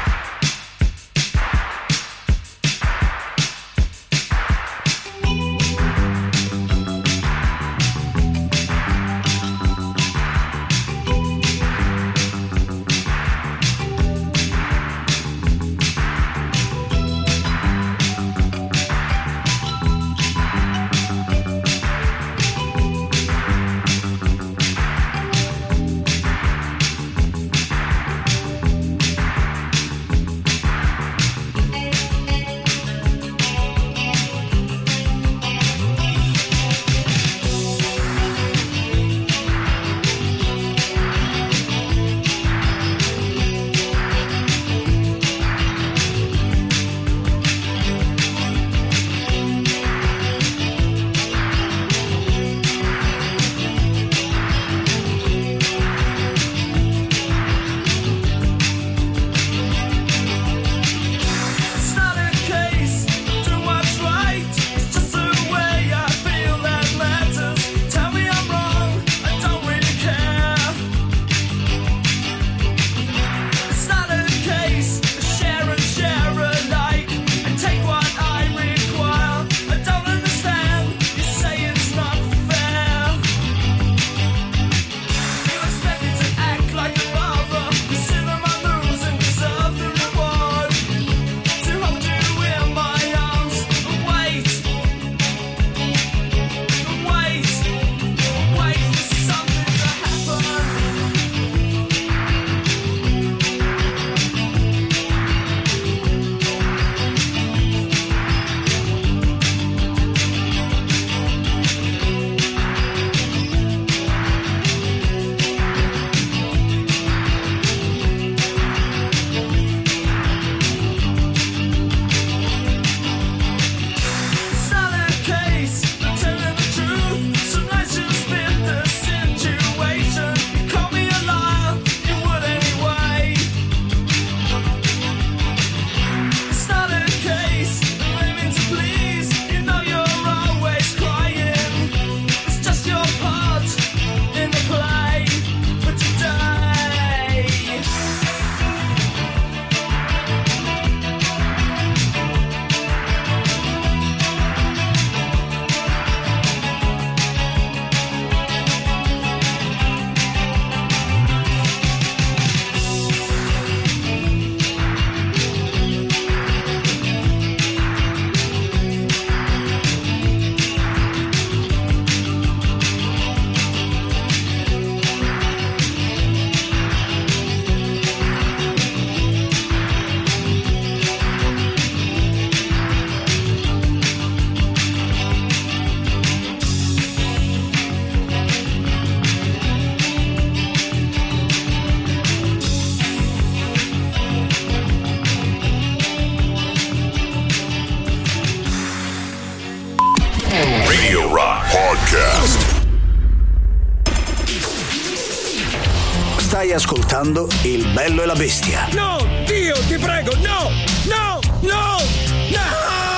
Stai ascoltando Il Bello e la Bestia. No, Dio, ti prego, no, no, no, no!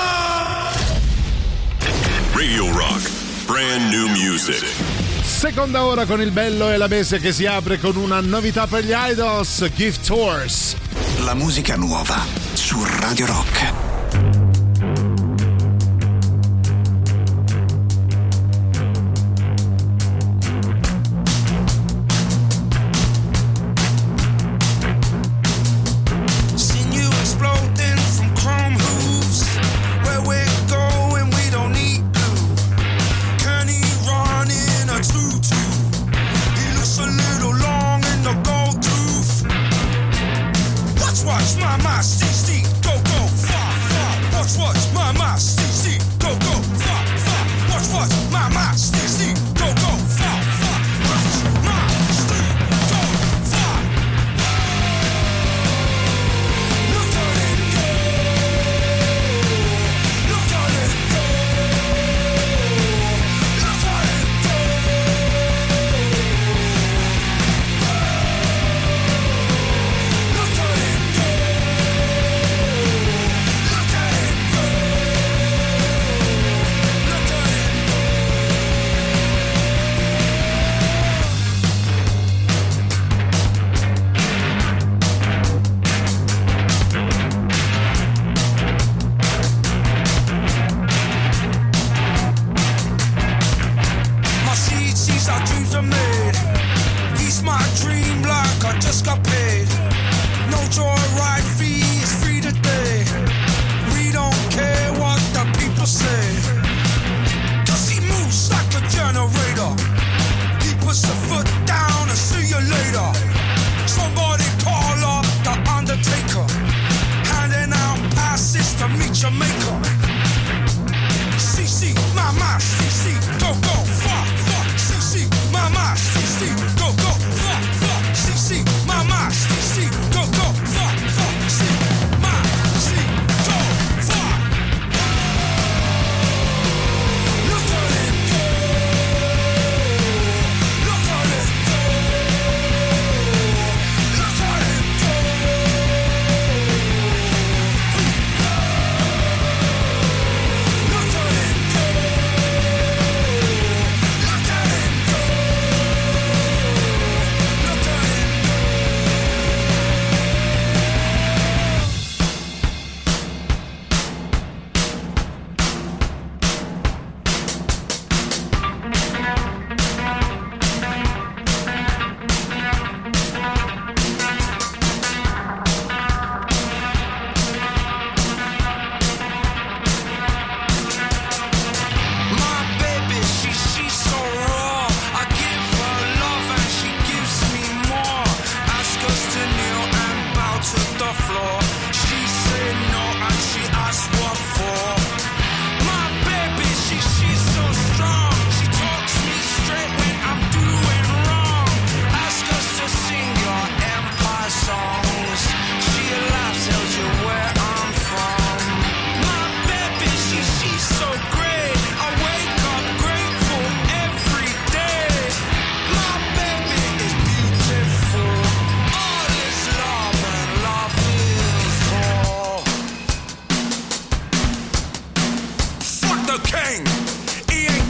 Radio Rock, brand new music. Seconda ora con Il Bello e la Bestia che si apre con una novità per gli Idols, Gift Tours. La musica nuova su Radio Rock. Seen you explode inside.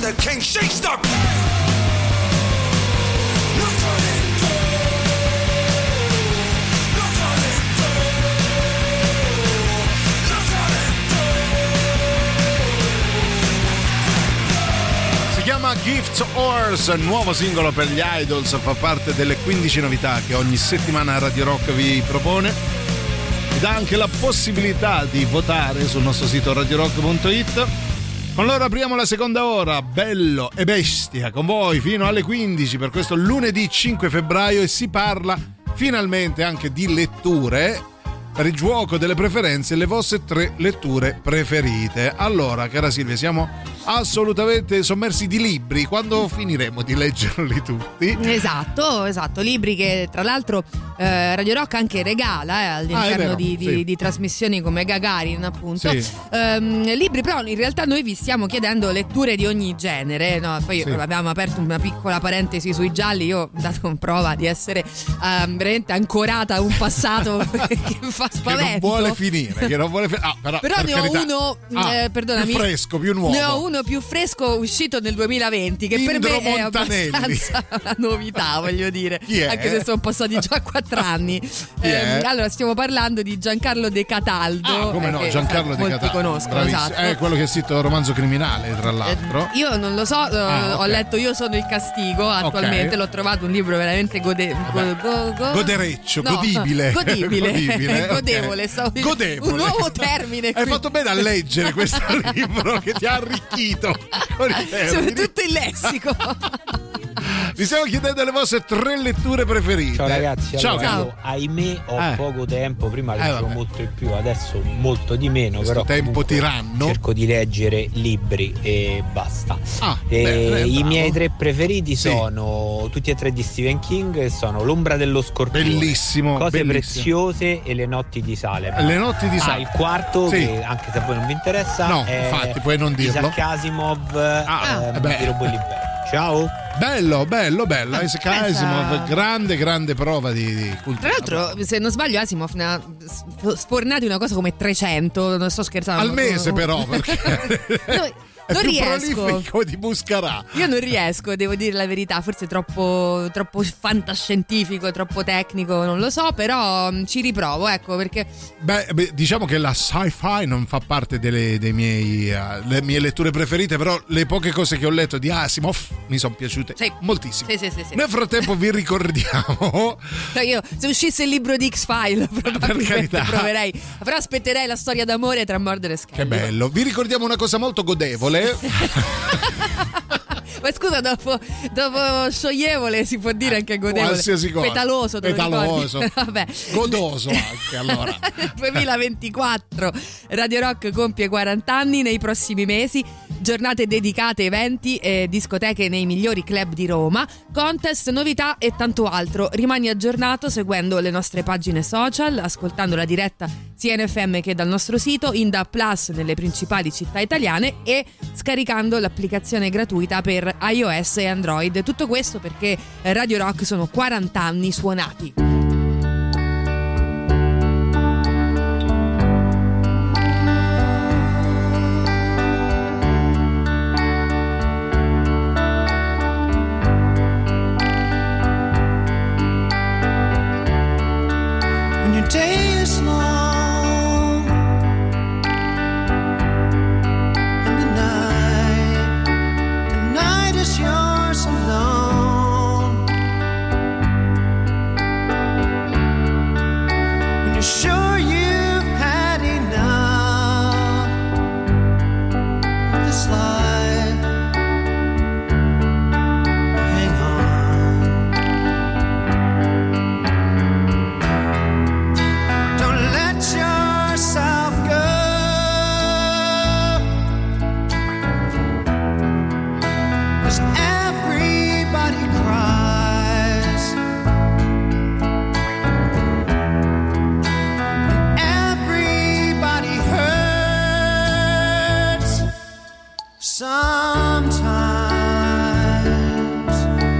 the king, she's the Si chiama Gift Horse, nuovo singolo per gli Idols, fa parte delle quindici novità che ogni settimana Radio Rock vi propone. Vi dà anche la possibilità di votare sul nostro sito radio rock punto it. Con loro apriamo la seconda ora, Bello e Bestia, con voi fino alle quindici per questo lunedì cinque febbraio, e si parla finalmente anche di letture per il gioco delle preferenze, le vostre tre letture preferite. Allora, cara Silvia, siamo assolutamente sommersi di libri. Quando finiremo di leggerli tutti? Esatto, esatto, libri che tra l'altro eh, Radio Rock anche regala eh, all'interno ah, vero, di, di, sì. di trasmissioni come Gagarin, appunto. Sì. Ehm, libri, però in realtà noi vi stiamo chiedendo letture di ogni genere, no? Poi Sì. abbiamo aperto una piccola parentesi sui gialli. Io ho dato prova di essere ehm, veramente ancorata a un passato che fa spavento. Che non vuole finire, che non vuole fi- ah, però, Però per ne carità. ho uno, Ah, eh, perdonami, più fresco, più nuovo. Ne ho uno più fresco uscito nel duemilaventi, che Indro per me è Montanelli. abbastanza una novità, voglio dire. Chi è? Anche se sono passati già quattro anni. è? Allora, stiamo parlando di Giancarlo De Cataldo. Ah, come no, eh, che, Giancarlo eh, De molti Cataldo. conoscono, Bravissimo. esatto. È quello che ha scritto Romanzo Criminale, tra l'altro. Io non lo so, eh, Ah, ho ok. letto Io sono il castigo attualmente, Ok. l'ho trovato un libro veramente gode- go- go- go- Godereccio, no, godibile. godibile, Godibile, ok. godevole, stavo dicendo. Godevole. Un nuovo termine Hai qui. fatto bene a leggere questo libro che ti ha arricchito con i termini. Soprattutto il lessico. Vi stiamo chiedendo le vostre tre letture preferite. Ciao ragazzi, Ciao, allora, caro. io, ahimè ho Eh. poco tempo, prima Eh, leggevo vabbè. molto di più, adesso molto di meno, Questo però tempo comunque tiranno. cerco di leggere libri e basta. Ah, E bene, i bravo. miei tre preferiti Sì. sono tutti e tre di Stephen King, e sono L'ombra dello scorpione, Bellissimo, Cose bellissimo. preziose e Le notti di Salem. Le notti di Ah, Salem. il quarto, Sì. che anche se a voi non vi interessa, No, è infatti, puoi non dirlo. Isaac Asimov, Ah, ehm, eh beh. di Robot Libero. Ciao. Bello, bello, bello. Isaac pensa- Asimov, grande, grande prova di, di cultura. Tra l'altro, se non sbaglio, Asimov ne ha sfornati una cosa come trecento. Non sto scherzando. Al mese, però, perché No, è non più riesco. prolifico di Buscarà. Io non riesco, devo dire la verità, forse è troppo, troppo fantascientifico, troppo tecnico, non lo so, però mh, ci riprovo, ecco, perché Beh, beh, diciamo che la sci-fi non fa parte delle dei miei, uh, le mie letture preferite, però le poche cose che ho letto di Asimov mi sono piaciute Sì. moltissimo. Sì, sì, sì, sì. Nel frattempo vi ricordiamo cioè io, se uscisse il libro di X-File, probabilmente carità. proverei, però aspetterei la storia d'amore tra Mordor e Skellig. che bello. Vi ricordiamo una cosa molto godevole. Ma scusa, dopo, dopo scioglievole si può dire anche godevole. Qualsiasi cosa. Petaloso, te lo Petaloso. ricordi? Vabbè. Godoso anche, allora. Nel duemilaventiquattro Radio Rock compie quaranta anni nei prossimi mesi. Giornate dedicate, eventi e discoteche nei migliori club di Roma, contest, novità e tanto altro. Rimani aggiornato seguendo le nostre pagine social, ascoltando la diretta sia in F M che dal nostro sito, in D A B plus nelle principali città italiane e scaricando l'applicazione gratuita per iOS e Android. Tutto questo perché Radio Rock sono quaranta anni suonati. When your day is long and the night, the night is yours alone. When you're sure you've had enough of this life, hang on. Don't let yourself go. 'Cause everybody cries. Everybody hurts sometimes.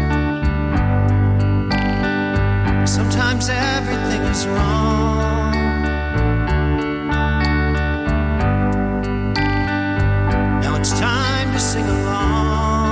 Sometimes everything is wrong. Now it's time to sing along.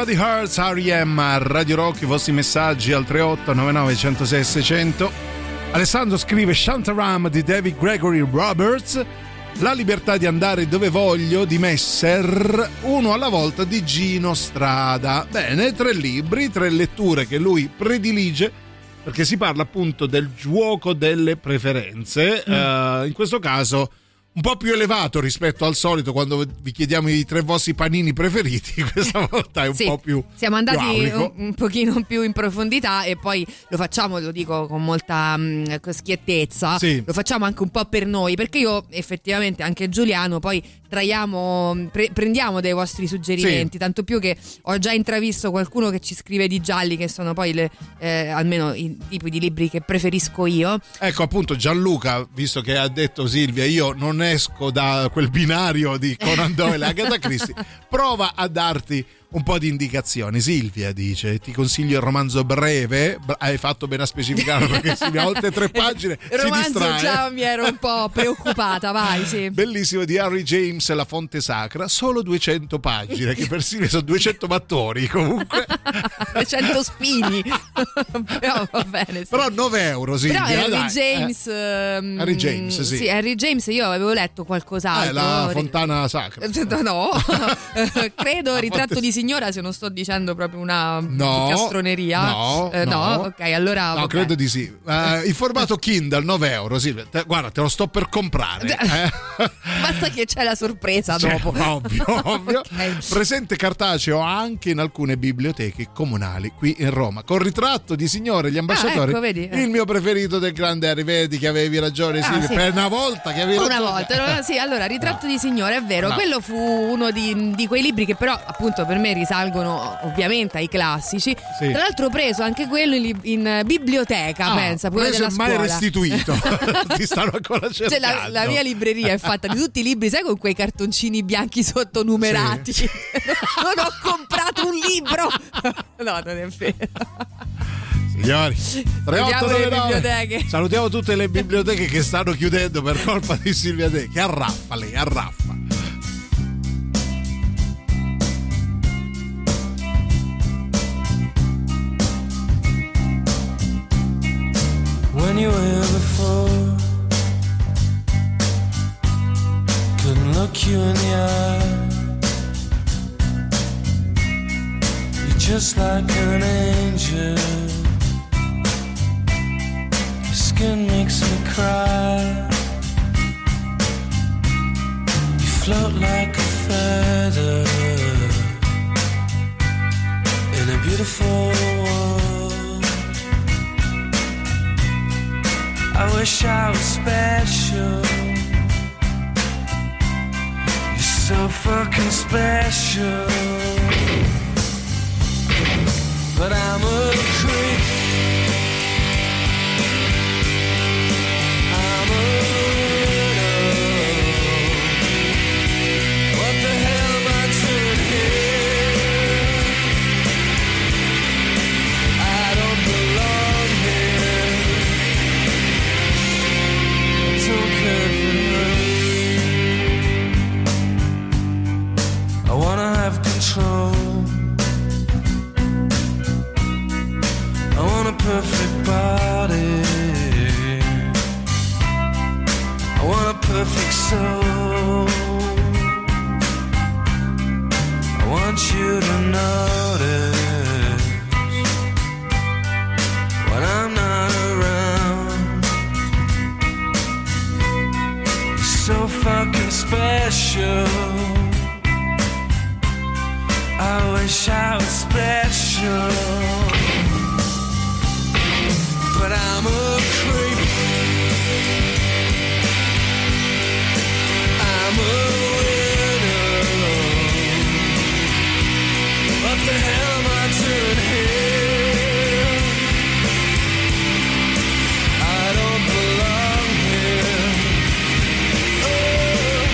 Anybody Hurts R E M a Radio Rock, i vostri messaggi al tre otto nove nove uno zero sei sei zero zero. Alessandro scrive Shantaram di David Gregory Roberts, La libertà di andare dove voglio di Messer, uno alla volta di Gino Strada. Bene, tre libri, tre letture che lui predilige, perché si parla appunto del gioco delle preferenze, mm. uh, in questo caso un po' più elevato rispetto al solito quando vi chiediamo i tre vostri panini preferiti. Questa volta è un sì, po' più siamo andati più un, un pochino più in profondità, e poi lo facciamo, lo dico con molta mh, schiettezza, sì. Lo facciamo anche un po' per noi, perché io effettivamente, anche Giuliano, poi traiamo, pre- prendiamo dei vostri suggerimenti, sì. Tanto più che ho già intravisto qualcuno che ci scrive di gialli, che sono poi le, eh, almeno i tipi di libri che preferisco io. Ecco, appunto, Gianluca, visto che ha detto Silvia, io non esco da quel binario di Conan Doyle e Agatha Christie, prova a darti un po' di indicazioni. Silvia dice: ti consiglio il romanzo breve, hai fatto bene a specificarlo, perché si ha oltre tre pagine, il si romanzo distrae. Già mi ero un po' preoccupata, vai, sì. Bellissimo, di Harry James, La fonte sacra, solo duecento pagine, che per Silvia sono duecento mattoni comunque. duecento spini. Però va bene, sì. Però nove euro, Silvia. Però Harry dai, James, eh. um, Harry James, sì. Sì, Harry James, io avevo letto qualcos'altro. Eh, la fontana sacra. No, credo Ritratto di signora, se non sto dicendo proprio una no, castroneria. No, eh, no, no, ok, allora. No, vabbè. credo di sì. Uh, in formato Kindle, nove euro. Silvia, te, guarda, te lo sto per comprare. Eh. Basta che c'è la sorpresa cioè, dopo. Ovvio, ovvio. Okay. Presente cartaceo anche in alcune biblioteche comunali qui in Roma. Con Ritratto di signore e gli ambasciatori. Ah, ecco, vedi? Il mio preferito del grande Harry. Vedi che avevi ragione, Silvia. Ah, sì. Per una volta che avevi Una ragione. volta, sì, allora Ritratto no. di signore, è vero, no. Quello fu uno di, di quei libri che però appunto per me risalgono ovviamente ai classici. Sì. Tra l'altro preso anche quello in, in biblioteca, Ah, pensa, pure preso della e mai scuola. restituito. Ti stanno ancora cercando. Cioè, la, la mia libreria è fatta di tutti i libri, sai, con quei cartoncini bianchi sottonumerati. Sì. Non ho comprato un libro. No, non è vero. Signori, tre otto nove nove. Salutiamo tutte le biblioteche che stanno chiudendo per colpa di Silvia De, che arraffa lei, arraffa. When you were here before, couldn't look you in the eye. You're just like an angel. Your skin makes me cry. You float like a feather in a beautiful world. I wish I was special. You're so fucking special. But I'm a creep. I'm a widow. What the hell am I doing here? I don't belong here. I don't care for her. I wanna have control. I want a perfect body. I want a perfect soul. I want you to notice when I'm not around. You're so fucking special. I wish I was special. But I'm a creep. I'm a widow. What the hell am I doing here? I don't belong here. Oh,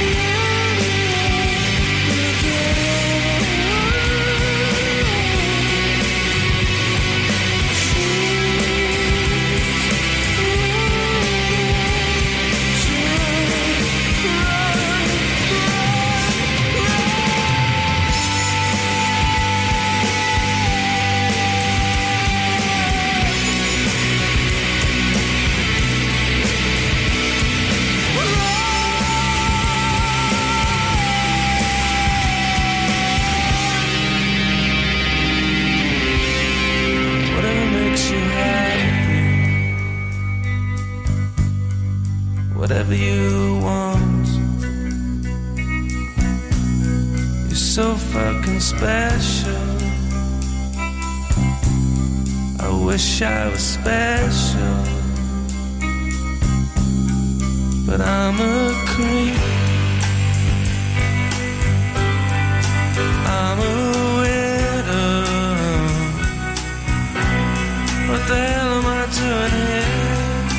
oh. whatever you want. You're so fucking special. I wish I was special, but I'm a creep. I'm a widow. What the hell am I doing here?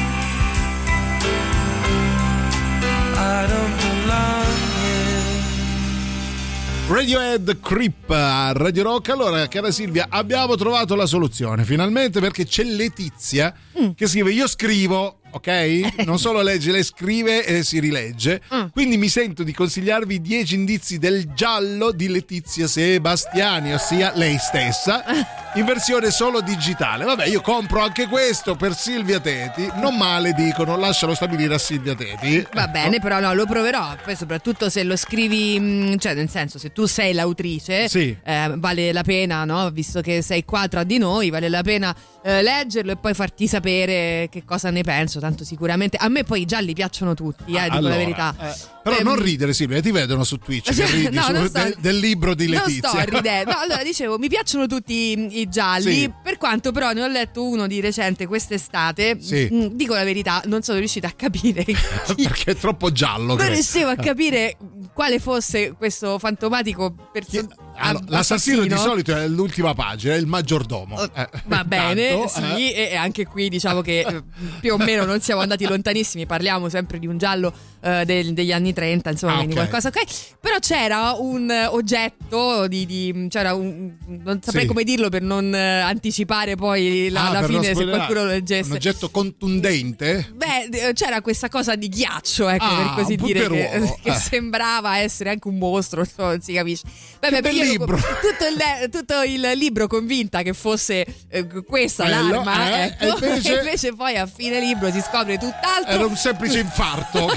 I don't belong here. Radiohead Creep a Radio Rock. Allora, cara Silvia, abbiamo trovato la soluzione finalmente, perché c'è Letizia mm. che scrive: io scrivo, ok? Non solo legge, lei scrive e si rilegge. Mm. Quindi mi sento di consigliarvi dieci indizi del giallo di Letizia Sebastiani, ossia lei stessa, in versione solo digitale. Vabbè, io compro anche questo per Silvia Teti. Non male, dicono, lascialo stabilire a Silvia Teti. Va bene, però no, lo proverò. Poi soprattutto se lo scrivi, cioè nel senso, se tu sei l'autrice, sì. eh, vale la pena, no? Visto che sei qua tra di noi, vale la pena eh, leggerlo e poi farti sapere che cosa ne penso. Tanto sicuramente a me poi i gialli piacciono tutti, eh, dico allora, la verità. Eh, però eh, non ridere, Silvia, ti vedono su Twitch che ridi no, su, sto, del, del libro di Letizia. Non sto ridendo. No, allora dicevo, mi piacciono tutti i gialli, sì. Per quanto però ne ho letto uno di recente quest'estate, sì. mh, dico la verità, non sono riuscita a capire chi... perché è troppo giallo. Non riuscivo a capire quale fosse questo fantomatico personaggio. Allora, l'assassino di solito è l'ultima pagina, è il maggiordomo. Eh, Va bene, tanto, sì, eh. e anche qui diciamo che eh, più o meno non siamo andati lontanissimi, parliamo sempre di un giallo eh, del, degli anni trenta, insomma, ah, quindi okay. qualcosa ok. Però c'era un oggetto di, di c'era un, non saprei sì. come dirlo per non anticipare poi la, ah, la fine se qualcuno lo Un leggesse. oggetto contundente? Beh, c'era questa cosa di ghiaccio, ecco, ah, per così dire, che, che eh. sembrava essere anche un mostro, insomma, non si capisce. Beh, beh, libro. Tutto il, tutto il libro convinta che fosse eh, questa Bello, l'arma, eh, ecco, e, invece... e invece poi a fine libro si scopre tutt'altro. Era un semplice infarto.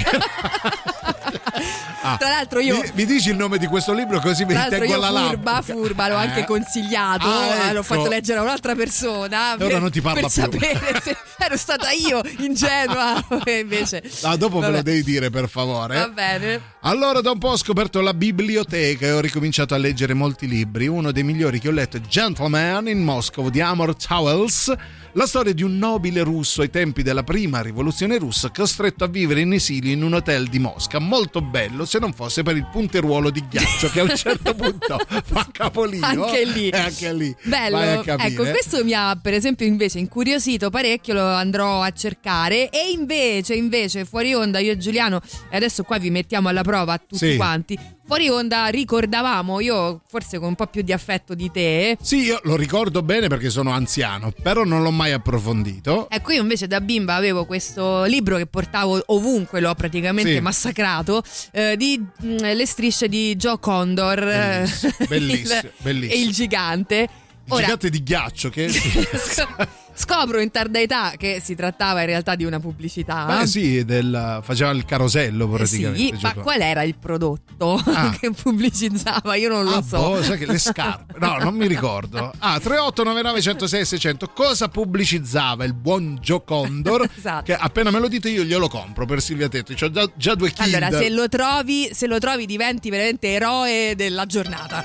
ah, tra l'altro io mi, mi dici il nome di questo libro così mi tengo alla io lampa. Furba, furba l'ho eh. anche consigliato, ah, ecco. l'ho fatto leggere a un'altra persona e ora per, non ti parla per più. sapere se ero stata io ingenua e invece no, dopo vabbè. me lo devi dire per favore. Va bene. Allora, da un po' ho scoperto la biblioteca e ho ricominciato a leggere molti libri. Uno dei migliori che ho letto è Gentleman in Moscow di Amor Towles, la storia di un nobile russo ai tempi della prima rivoluzione russa costretto a vivere in esilio in un hotel di Mosca. Molto bello, se non fosse per il punteruolo di ghiaccio che a un certo punto fa capolino. Anche lì. E anche lì. Bello. Vai a capire. Ecco, questo mi ha per esempio invece incuriosito parecchio, lo andrò a cercare. E invece, invece, fuori onda io e Giuliano, e adesso qua vi mettiamo alla prova tutti sì. quanti. Fuori onda ricordavamo, io forse con un po' più di affetto di te. Sì, io lo ricordo bene perché sono anziano, però non l'ho mai approfondito. Ecco, io invece da bimba avevo questo libro che portavo ovunque, l'ho praticamente sì. massacrato, eh, di mh, le strisce di Joe Condor. Bellissimo, bellissimo, il, bellissimo. E il gigante. Il Ora, gigante di ghiaccio che... Scopro in tarda età che si trattava in realtà di una pubblicità. Beh sì, del, faceva il carosello praticamente. Sì, ma qual era il prodotto ah. che pubblicizzava? Io non lo ah, so. Boh, sai che le scarpe. No, non mi ricordo. Ah, tre otto nove nove uno zero sei sei zero zero. Cosa pubblicizzava il buon Joe Condor? Esatto. Che appena me lo dite io glielo compro per Silvia Tetti. C'ho già, già due Kindle. Allora, se lo trovi, se lo trovi diventi veramente eroe della giornata.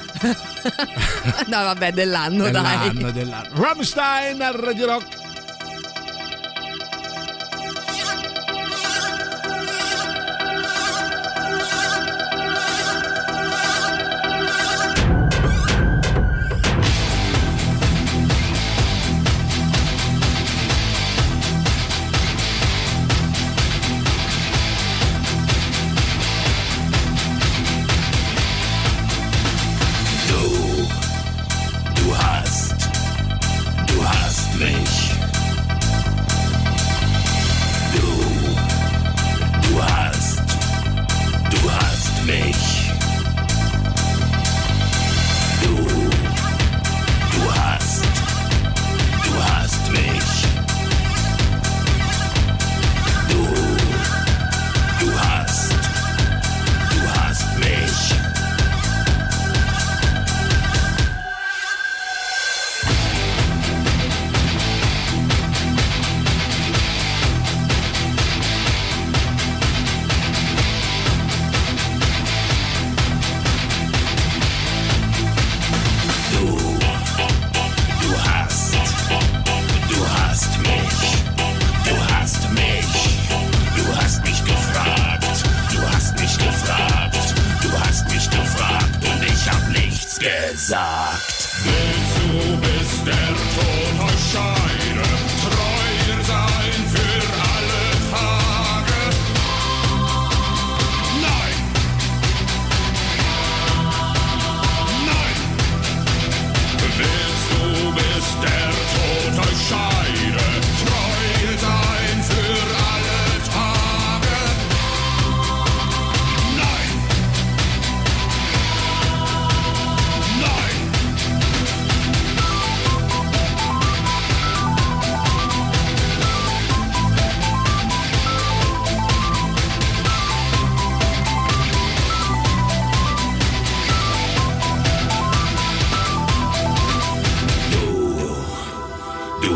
No, vabbè, dell'anno, dell'anno dai. Dell'anno. Rammstein al Radio Rock. Du hast, du hast mich.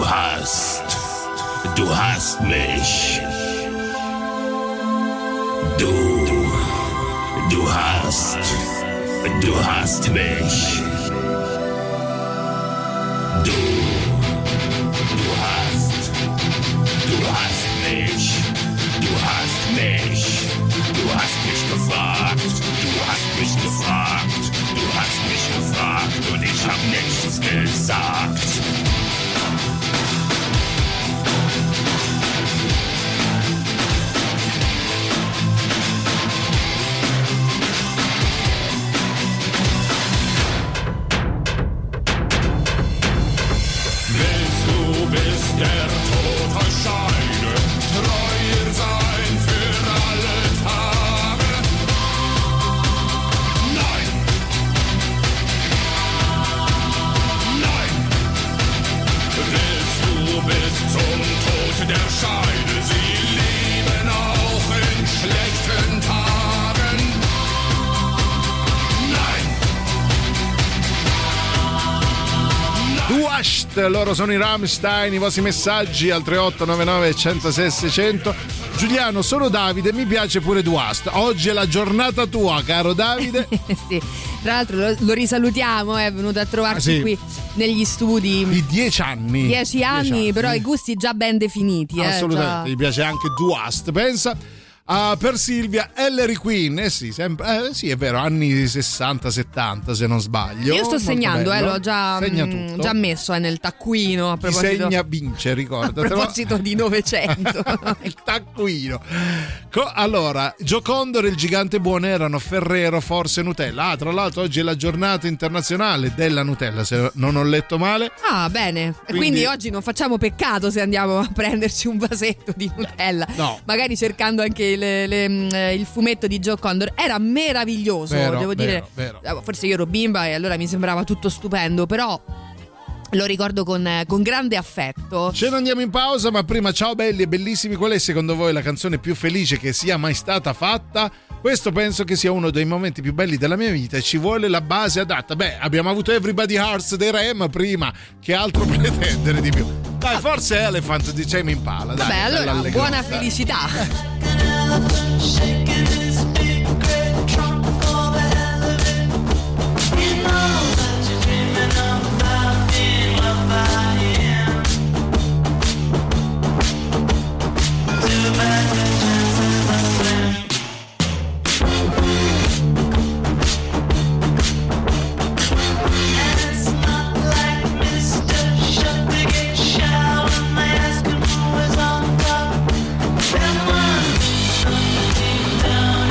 hast, du hast mich. Du, du hast, du hast mich. Du, du hast, du hast mich. Du hast mich, du hast mich gefragt, du hast mich gefragt, du hast mich gefragt und ich hab nichts gesagt. Willst du bis der Tod euch scheiden, treu sein für alle Tage? Nein! Nein! Willst du bis zum Tod der Scheide sie lieben, auch in schlechten Tagen? Nein! Duast, loro sono i Rammstein, i vostri messaggi al tre otto nove nove uno zero sei sei zero zero. Giuliano, sono Davide, mi piace pure Duast. Oggi è la giornata tua, caro Davide. Sì, tra l'altro lo, lo risalutiamo, è venuto a trovarci Ah, sì. qui negli studi. Di dieci anni. Dieci anni, Dieci anni. però i gusti già ben definiti. Assolutamente, Eh, mi piace anche Duast, pensa. Ah, per Silvia, Ellery Queen, eh sì, sempre, eh sì, è vero, anni sessanta settanta se non sbaglio. Io sto Molto segnando, eh, bello. l'ho già, Segna mh, tutto. già messo eh, nel taccuino. A Chi proposito, segna vince, a ricordatelo. proposito di Novecento. Il taccuino. Co- allora, Gioconda e il gigante buono erano Ferrero, Forse, Nutella. Ah, tra l'altro oggi è la giornata internazionale della Nutella, se non ho letto male. Ah, bene. E Quindi- quindi oggi non facciamo peccato se andiamo a prenderci un vasetto di Nutella. No. Magari cercando anche le- le, mh, il fumetto di Joe Condor. Era meraviglioso, Vero, devo vero, dire. vero. Forse io ero bimba e allora mi sembrava tutto stupendo, però lo ricordo con, con grande affetto. Ce ne andiamo in pausa, ma prima ciao belli e bellissimi, qual è secondo voi la canzone più felice che sia mai stata fatta? Questo penso che sia uno dei momenti più belli della mia vita e ci vuole la base adatta. Beh, abbiamo avuto Everybody Hearts dei Rem prima, che altro pretendere di più? Dai, forse Elephant di Tame Impala. Dai, Vabbè, allora bella buona allegrezza. felicità. Down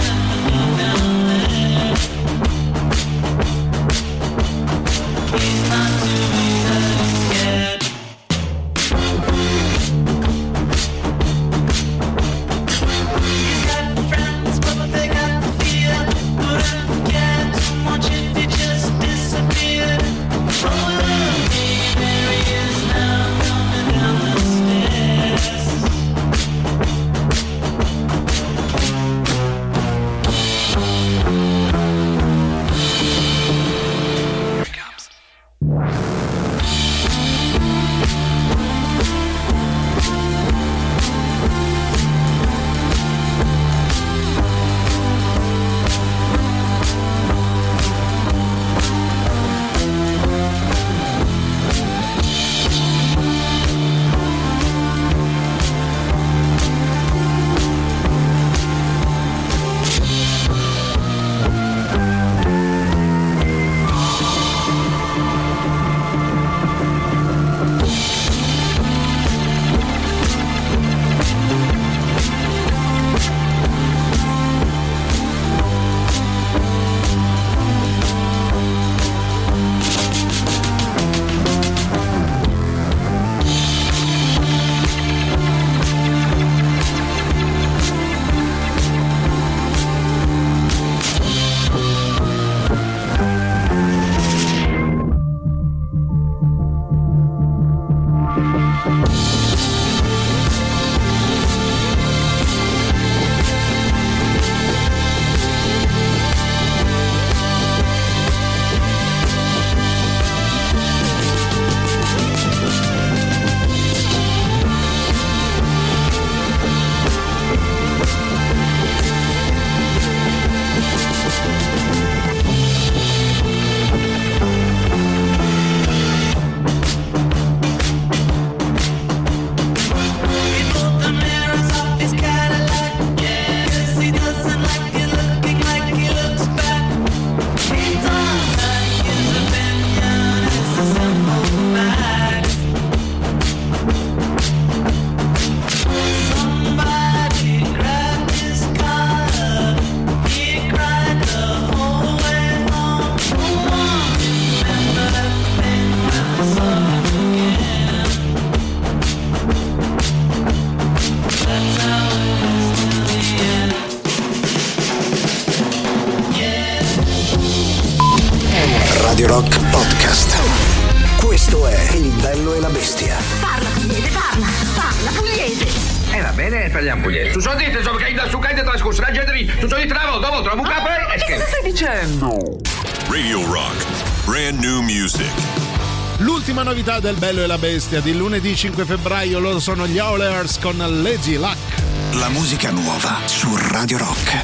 Questo è Il bello e la bestia. Parla pugliese, parla, parla pugliese. Eh va bene, parliamo pugliese. Tu sono dite, insomma, che da su che trascorso la gente, tu sono dite una volta, una volta, una buca poi e che stai dicendo? Radio Rock, brand new music. L'ultima novità del Bello e la Bestia di lunedì cinque febbraio, loro sono gli Howlers con Lady Luck. La musica nuova su Radio Rock.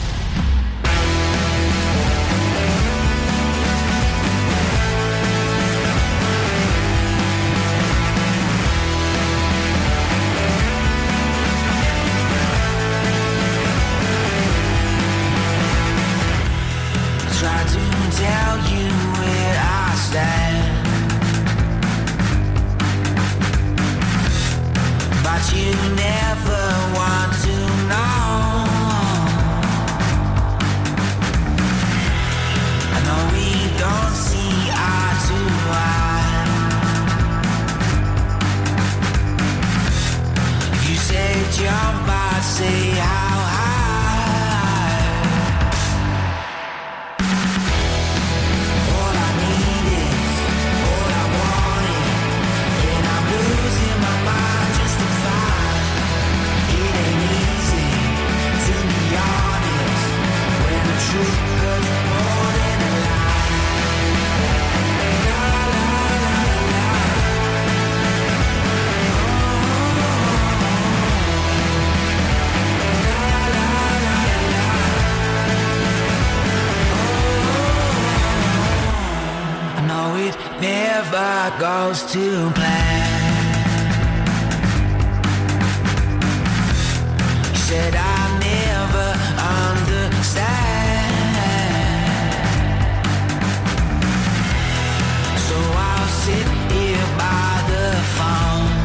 Try to tell you where I stand, but you never want to know. I know we don't see eye to eye. If you say jump, I'd say how high. All I need is, all I want is, and I'm losing my mind just to find it ain't easy to be honest when the truth goes more than a lie. La, la, la, la, la. La, la, la, la, la. I know it never goes to plan. You said I never understand, so I'll sit here by the phone,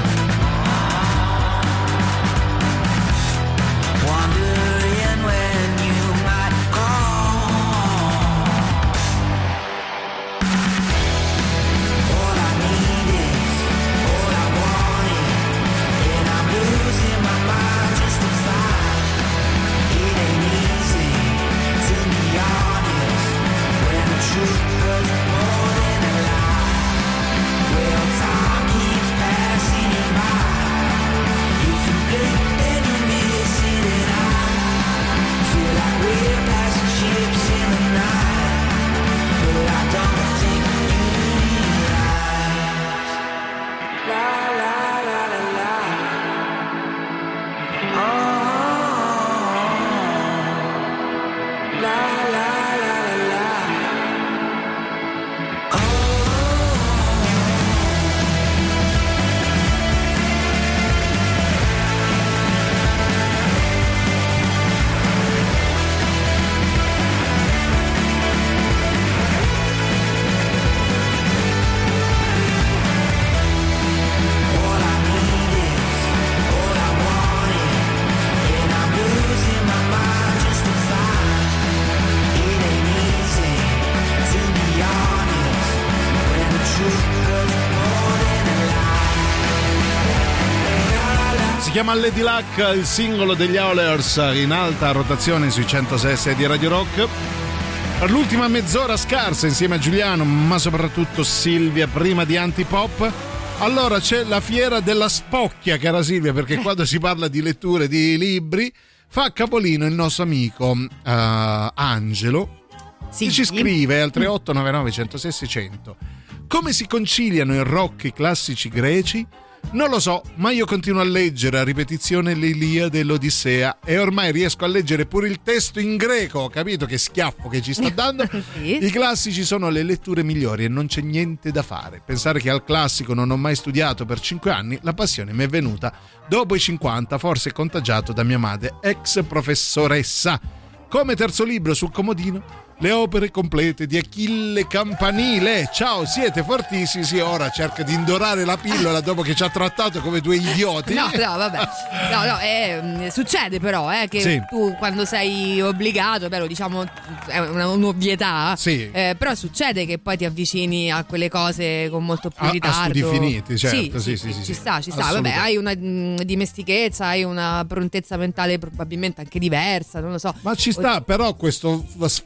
wondering when you might call. All I need is, all I want is, and I'm losing my mind just to find it ain't easy to be honest when the truth goes more than a lie. Well, time keeps passing you by. If you blink, then you miss it, and I feel like we're passing ships in the night, but I don't think you realize. La la la la la. Oh, la la la la la. All I need is, all I want is, and I'm losing my mind just to find it ain't easy to be honest when the truth goes more than a lie. Si chiama Lady Luck, il singolo degli Howlers in alta rotazione sui centosei di Radio Rock. Per l'ultima mezz'ora scarsa insieme a Giuliano, ma soprattutto Silvia, prima di Antipop. Allora c'è la fiera della spocchia, cara Silvia, perché quando si parla di letture di libri fa capolino il nostro amico uh, Angelo, Sì. che ci scrive al tre otto nove nove uno zero sei sei zero zero. Come si conciliano il rock e i classici greci? Non lo so, ma io continuo a leggere a ripetizione l'Iliade e l'Odissea e ormai riesco a leggere pure il testo in greco, capito che schiaffo che ci sta dando? Sì. I classici sono le letture migliori e non c'è niente da fare. Pensare che al classico non ho mai studiato per cinque anni, la passione mi è venuta dopo i cinquanta, forse contagiato da mia madre, ex professoressa. Come terzo libro sul comodino, le opere complete di Achille Campanile. Ciao, siete fortissimi. Sì, ora cerca di indorare la pillola dopo che ci ha trattato come due idioti. No, no, vabbè. No, no, eh, succede però eh, che Sì. tu quando sei obbligato, beh, lo diciamo, è una, un'ovvietà. Sì. Eh, però succede che poi ti avvicini a quelle cose con molto più A- a ritardo. studi finiti, certo, sì, sì, sì, ci sì. sta, ci sta. Vabbè, hai una mh, dimestichezza, hai una prontezza mentale probabilmente anche diversa, non lo so. Ma ci sta però questo sfoggio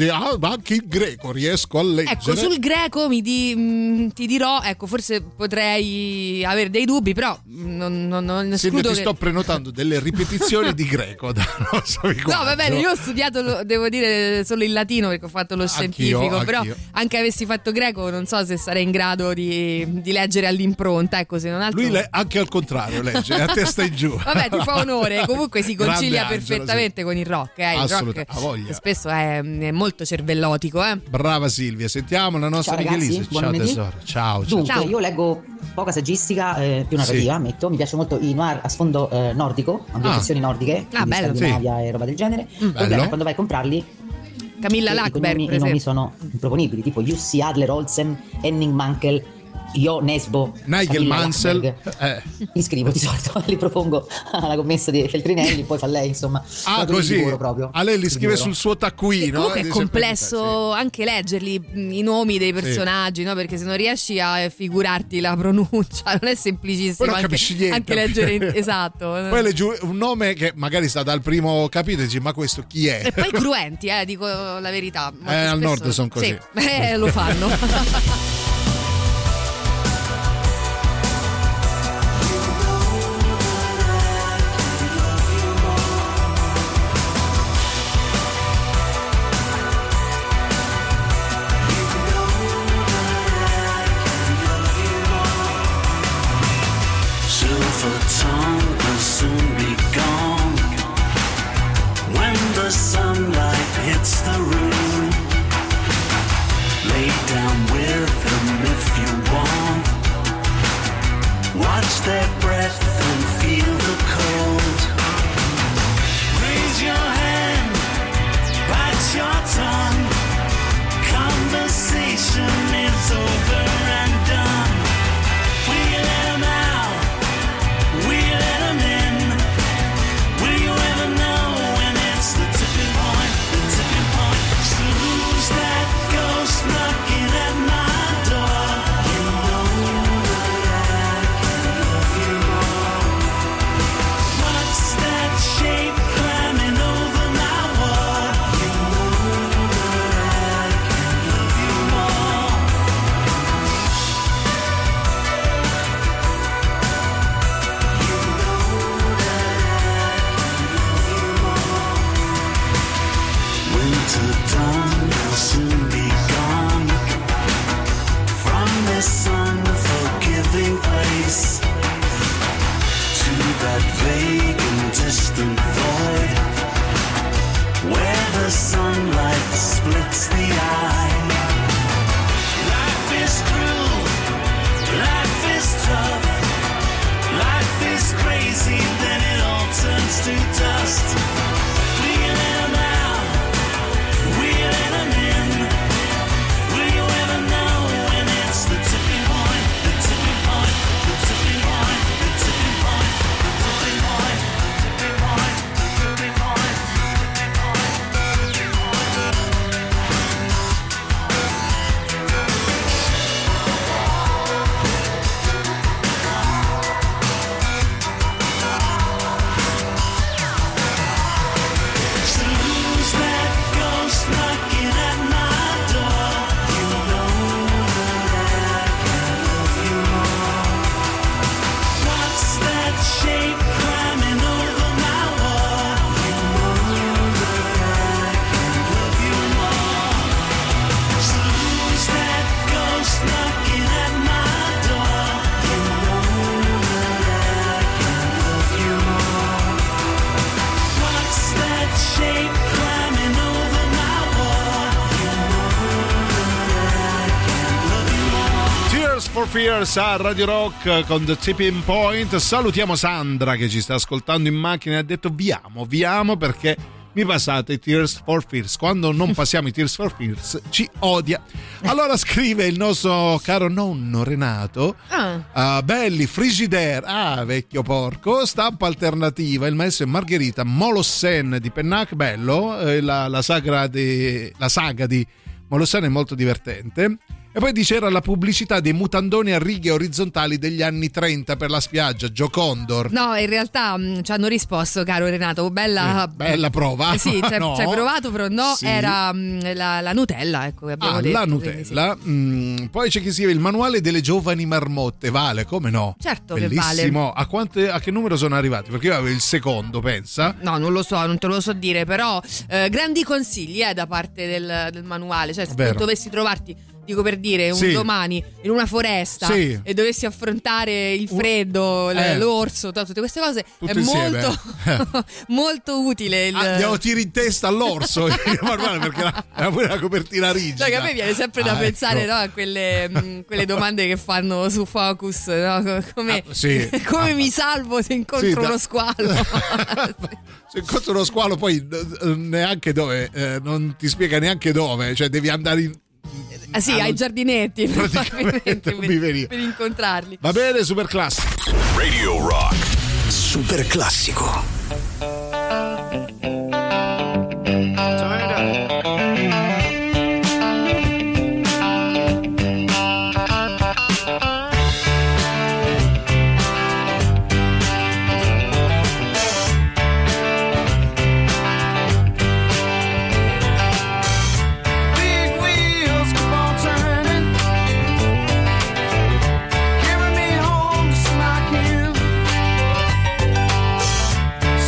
di ah, ma anche il greco riesco a leggere. Ecco, sul greco mi di, mh, ti dirò, ecco, forse potrei avere dei dubbi, però non, non, non escludo Silvia, ti che... sto prenotando delle ripetizioni di greco da non so di No, va bene, io ho studiato, devo dire, solo il latino perché ho fatto lo scientifico, anch'io, però anch'io. anche avessi fatto greco non so se sarei in grado di, di leggere all'impronta, ecco, se non altro... Lui le, anche al contrario legge, a testa in giù. Vabbè, ti fa onore, comunque si concilia Grande perfettamente Angelo, sì. con il rock, eh, il rock Assolutamente, a voglia. spesso è, è molto cervellotico, eh. Brava Silvia, sentiamo la nostra Ciao, ragazzi, Michelise. buon Ciao lunedì. tesoro. Ciao, ciao. Dunque, Ciao. io leggo poca saggistica, eh, più narrativa, Sì. ammetto. Mi piace molto i noir a sfondo eh, nordico, ambientazioni nordiche, quindi bello. Scandinavia e roba del genere. Il problema bello. è quando vai a comprarli, Camilla che i Lackberg, cognomi, per i nomi esempio. sono improponibili, tipo Jussi Adler Olsen, Henning Mankel, Jo Nesbo, Nigel Camilla Mansell. Lackberg. Eh. Li scrivo di solito, li propongo alla commessa di Feltrinelli, poi fa lei, insomma. Ah, Proprio di così. sicuro proprio. A lei li Di scrive sicuro. sul suo taccuino. Comunque eh, è dice, complesso anche leggerli mh, i nomi dei personaggi, no? Perché se non riesci a figurarti la pronuncia non è semplicissimo. Poi non anche, capisci niente. anche leggere in- esatto. Poi leggi un nome che magari sta dal primo capitolo e dici ma questo chi è? E poi cruenti, eh, dico la verità. Molto Eh, al spesso- nord son così. Sì, eh, lo fanno. Silver tongue will soon be gone when the sunlight hits the room. Lay down with them if you want. Watch their breath and feel the cold. Raise your hand, bite your tongue. Conversation is over and done. We let 'em out. We let 'em in. Will you ever know when it's the tipping point? The tipping point. So who's that ghost knocking at my door? You know that I can love you more. What's that shape climbing over my wall? You know that I can love you more. Winter dawn will soon be gone from this unforgiving place to that vague and distant void where the sunlight splits the eye. Life is cruel, life is tough, life is crazy, then it all turns to dust. We let 'em out, we let 'em in. Will you ever know when it's the tipping point? The tipping point, the tipping point, the tipping point, the tipping point, the tipping point, the tipping point, the tipping point. So who's that ghost knocking at my door? You know that I can love you more. What's that shape climbing over my wall? You know that I can love you more. So who's that ghost knocking at my door? You know that I can love you more. What's that shape climbing over my wall? You know that I can love you more. Tears for Fears a Radio Rock con The Tipping Point. Salutiamo Sandra che ci sta ascoltando in macchina e ha detto vi amo, vi amo perché mi passate i Tears for Fears. Quando non passiamo i Tears for Fears ci odia. Allora scrive il nostro caro nonno Renato. Ah. Ah, belli, Frigidaire, ah vecchio porco, stampa alternativa, il maestro è Margherita, Molossen di Pennac, bello, eh, la, la, sagra di, la saga di Molossen è molto divertente. E poi dice era la pubblicità dei mutandoni a righe orizzontali degli anni trenta per la spiaggia, Joe Condor. No, in realtà mh, ci hanno risposto, caro Renato, bella, eh, bella prova. Eh sì, ci no. hai provato, però no, sì. era mh, la, la Nutella, ecco, che abbiamo ah, detto. la Nutella. Sì. Mm, poi c'è chi scrive il manuale delle giovani marmotte, vale, come no? Certo bellissimo. che vale. A, quante, a che numero sono arrivati? Perché io avevo il secondo, pensa. No, non lo so, non te lo so dire, però eh, grandi consigli eh, da parte del, del manuale, cioè se tu dovessi trovarti, dico per dire, un sì. domani in una foresta sì. e dovessi affrontare il freddo, eh. l'orso, tutte queste cose, tutto è insieme. molto molto utile il... ah, andiamo tiri in testa all'orso perché era pure una copertina rigida. Cioè, che a me viene sempre da ah, pensare ecco. no, a quelle, mh, quelle domande che fanno su Focus, no? come, ah, sì. come ah, mi salvo se incontro sì, da... uno squalo. Se incontro uno squalo poi neanche dove eh, non ti spiega neanche dove, cioè devi andare in Ah sì, ai giardinetti praticamente per, per incontrarli. Va bene, super classico. Radio Rock. Super classico. Carry me home to smack you.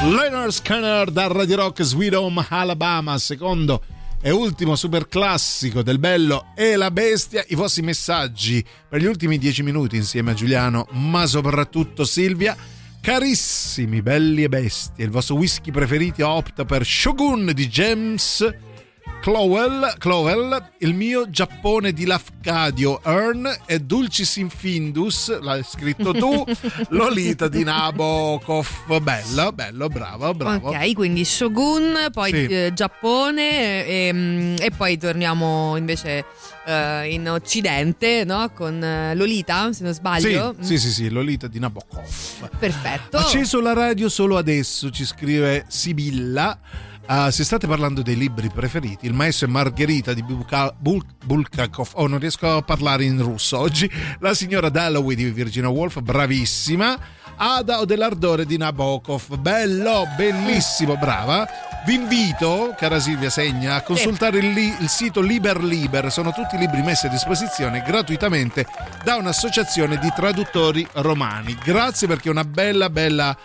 Leonard Skinner da Radio Rock, Sweet Home Alabama, secondo e ultimo super classico del Bello e la Bestia. I vostri messaggi per gli ultimi dieci minuti insieme a Giuliano, ma soprattutto Silvia. Carissimi belli e bestie, il vostro whisky preferito opta per Shogun di James Clowell, Clowell, il mio Giappone di Lafcadio Earn e Dulcis Infindus, l'hai scritto tu, Lolita di Nabokov. Bello, bello, bravo, bravo. Ok, quindi Shogun, poi Sì. eh, Giappone e, e poi torniamo invece eh, in Occidente, no? Con eh, Lolita, se non sbaglio. Sì, sì, sì, sì, Lolita di Nabokov. Perfetto. Acceso la radio solo adesso, ci scrive Sibilla. Uh, se state parlando dei libri preferiti, Il maestro e Margherita di Bulka- Bul- Bulgakov, oh non riesco a parlare in russo oggi, La signora Dalloway di Virginia Woolf, bravissima, Ada o dell'ardore di Nabokov, bello, bellissimo, brava. Vi invito, cara Silvia, segna, a consultare il, li- il sito Liber Liber, sono tutti libri messi a disposizione gratuitamente da un'associazione di traduttori romani. Grazie, perché è una bella bella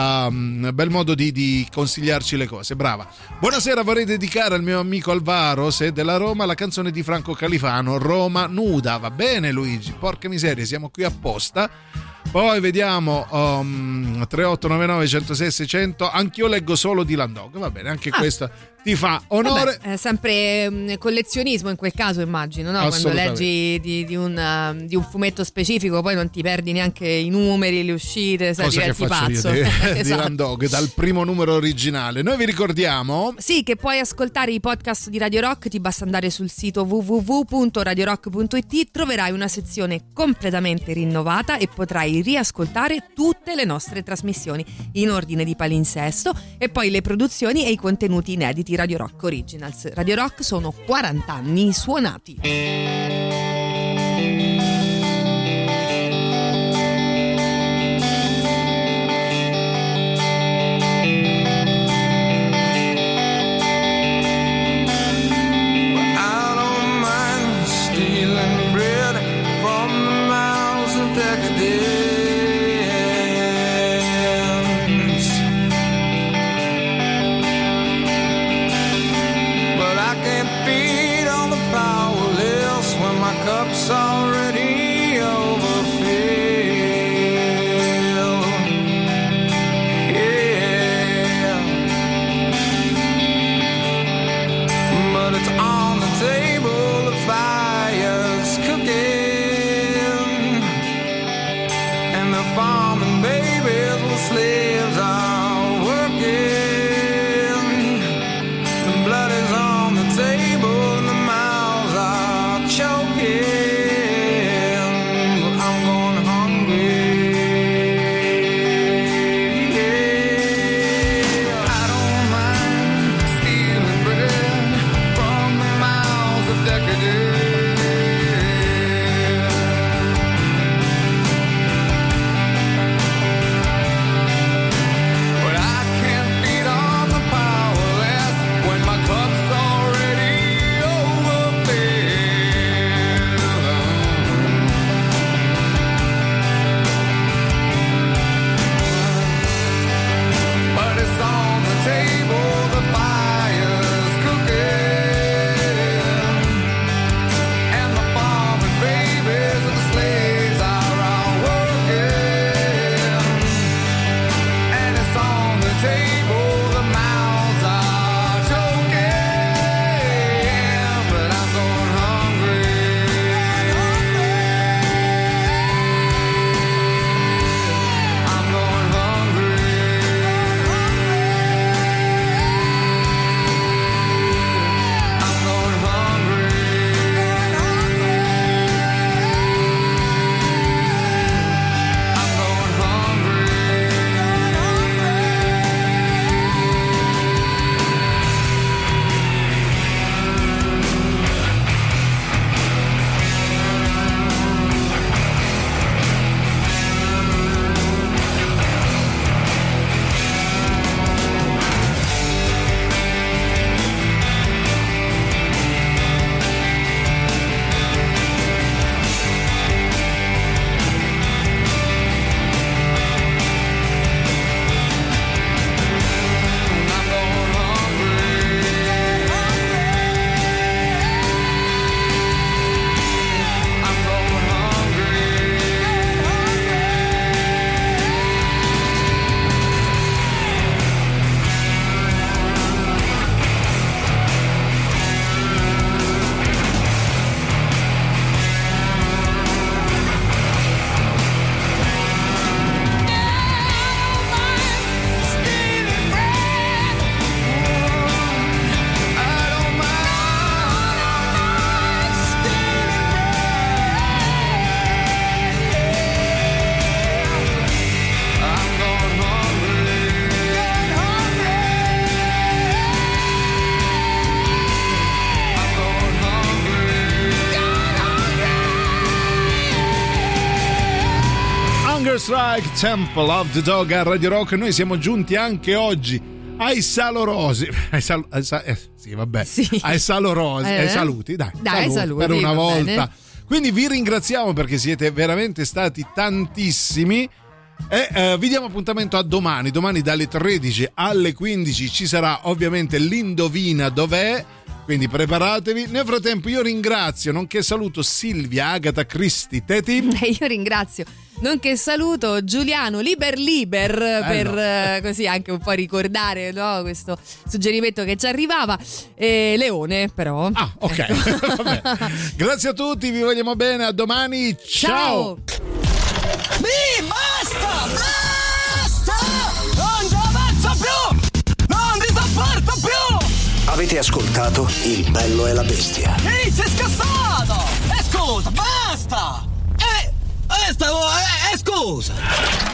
Um, bel modo di, di consigliarci le cose, brava. Buonasera, vorrei dedicare al mio amico Alvaro, se è della Roma, la canzone di Franco Califano, Roma nuda. Va bene Luigi, porca miseria, siamo qui apposta. Poi vediamo um, tre otto nove nove uno zero sei seicento, anch'io leggo solo Dylan Dog, va bene, anche Ah. questa ti fa onore. Vabbè, è sempre mh, collezionismo in quel caso, immagino, no? Quando Assolutamente. leggi di, di, un, uh, di un fumetto specifico, poi non ti perdi neanche i numeri, le uscite, sai, Cosa che diventi faccio pazzo. io di, Esatto. Dylan Dog dal primo numero originale. Noi vi ricordiamo Sì, che puoi ascoltare i podcast di Radio Rock, ti basta andare sul sito w w w punto radio rock punto i t, troverai una sezione completamente rinnovata e potrai riascoltare tutte le nostre trasmissioni in ordine di palinsesto e poi le produzioni e i contenuti inediti Radio Rock Originals. Radio Rock sono quaranta anni suonati. I don't mind stealing bread from the mouths of decadence, but I can't feed all the powerless Strike, Temple of the Dog a Radio Rock. Noi siamo giunti anche oggi ai salorosi, ai sal, ai sal, eh, sì vabbè, sì. ai salorosi, eh. ai saluti, dai, dai saluti, saluti, per una volta. Bene. Quindi vi ringraziamo perché siete veramente stati tantissimi. E eh, vi diamo appuntamento a domani. Domani dalle tredici alle quindici ci sarà ovviamente l'Indovina Dov'è. Quindi preparatevi. Nel frattempo io ringrazio, nonché saluto Silvia, Agata, Cristi, Teti. E io ringrazio, nonché saluto Giuliano Liber Liber eh per no. eh, così anche un po' ricordare, no, questo suggerimento che ci arrivava. E Leone però. Ah, ok. Ecco. Vabbè. Grazie a tutti, vi vogliamo bene, a domani. Ciao. Ciao. Mi basta! Basta! Non ci avanzo più! Non ti sopporto più! Avete ascoltato Il Bello e la Bestia? Ehi, sei scassato! E eh, scusa, basta! Eh, eh, stavo, eh, eh, scusa!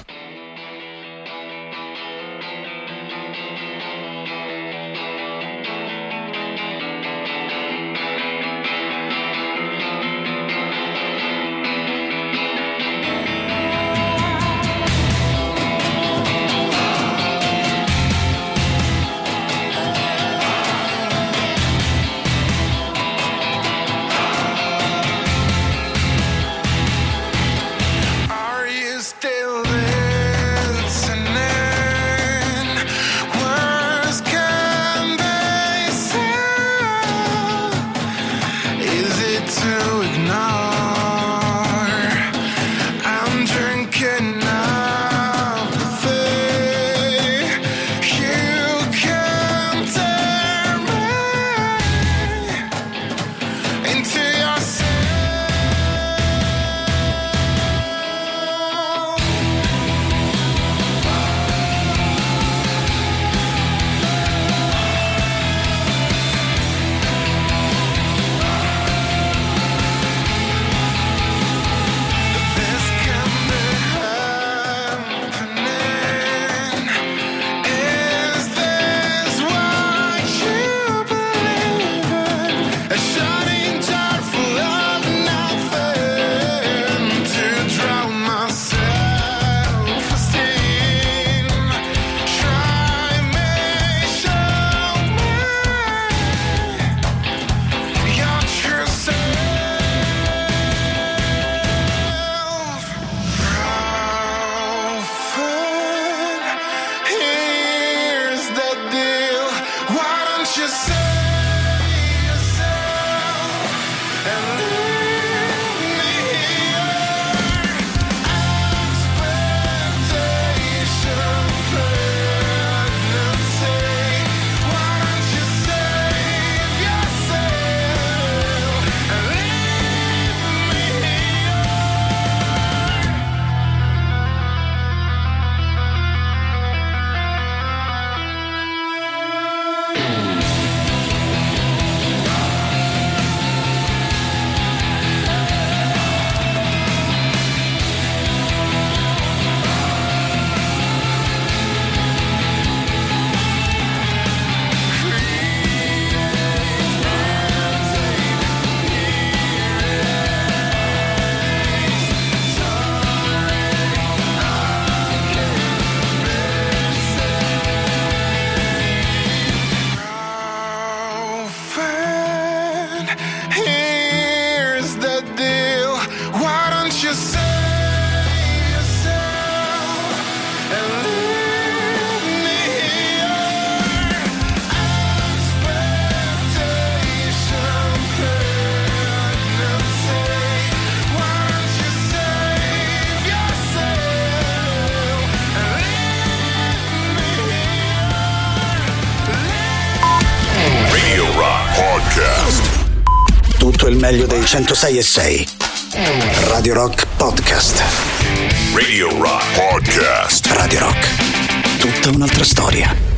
Tutto il meglio dei centosei e sei. Radio Rock Podcast. Radio Rock Podcast. Radio Rock. Tutta un'altra storia.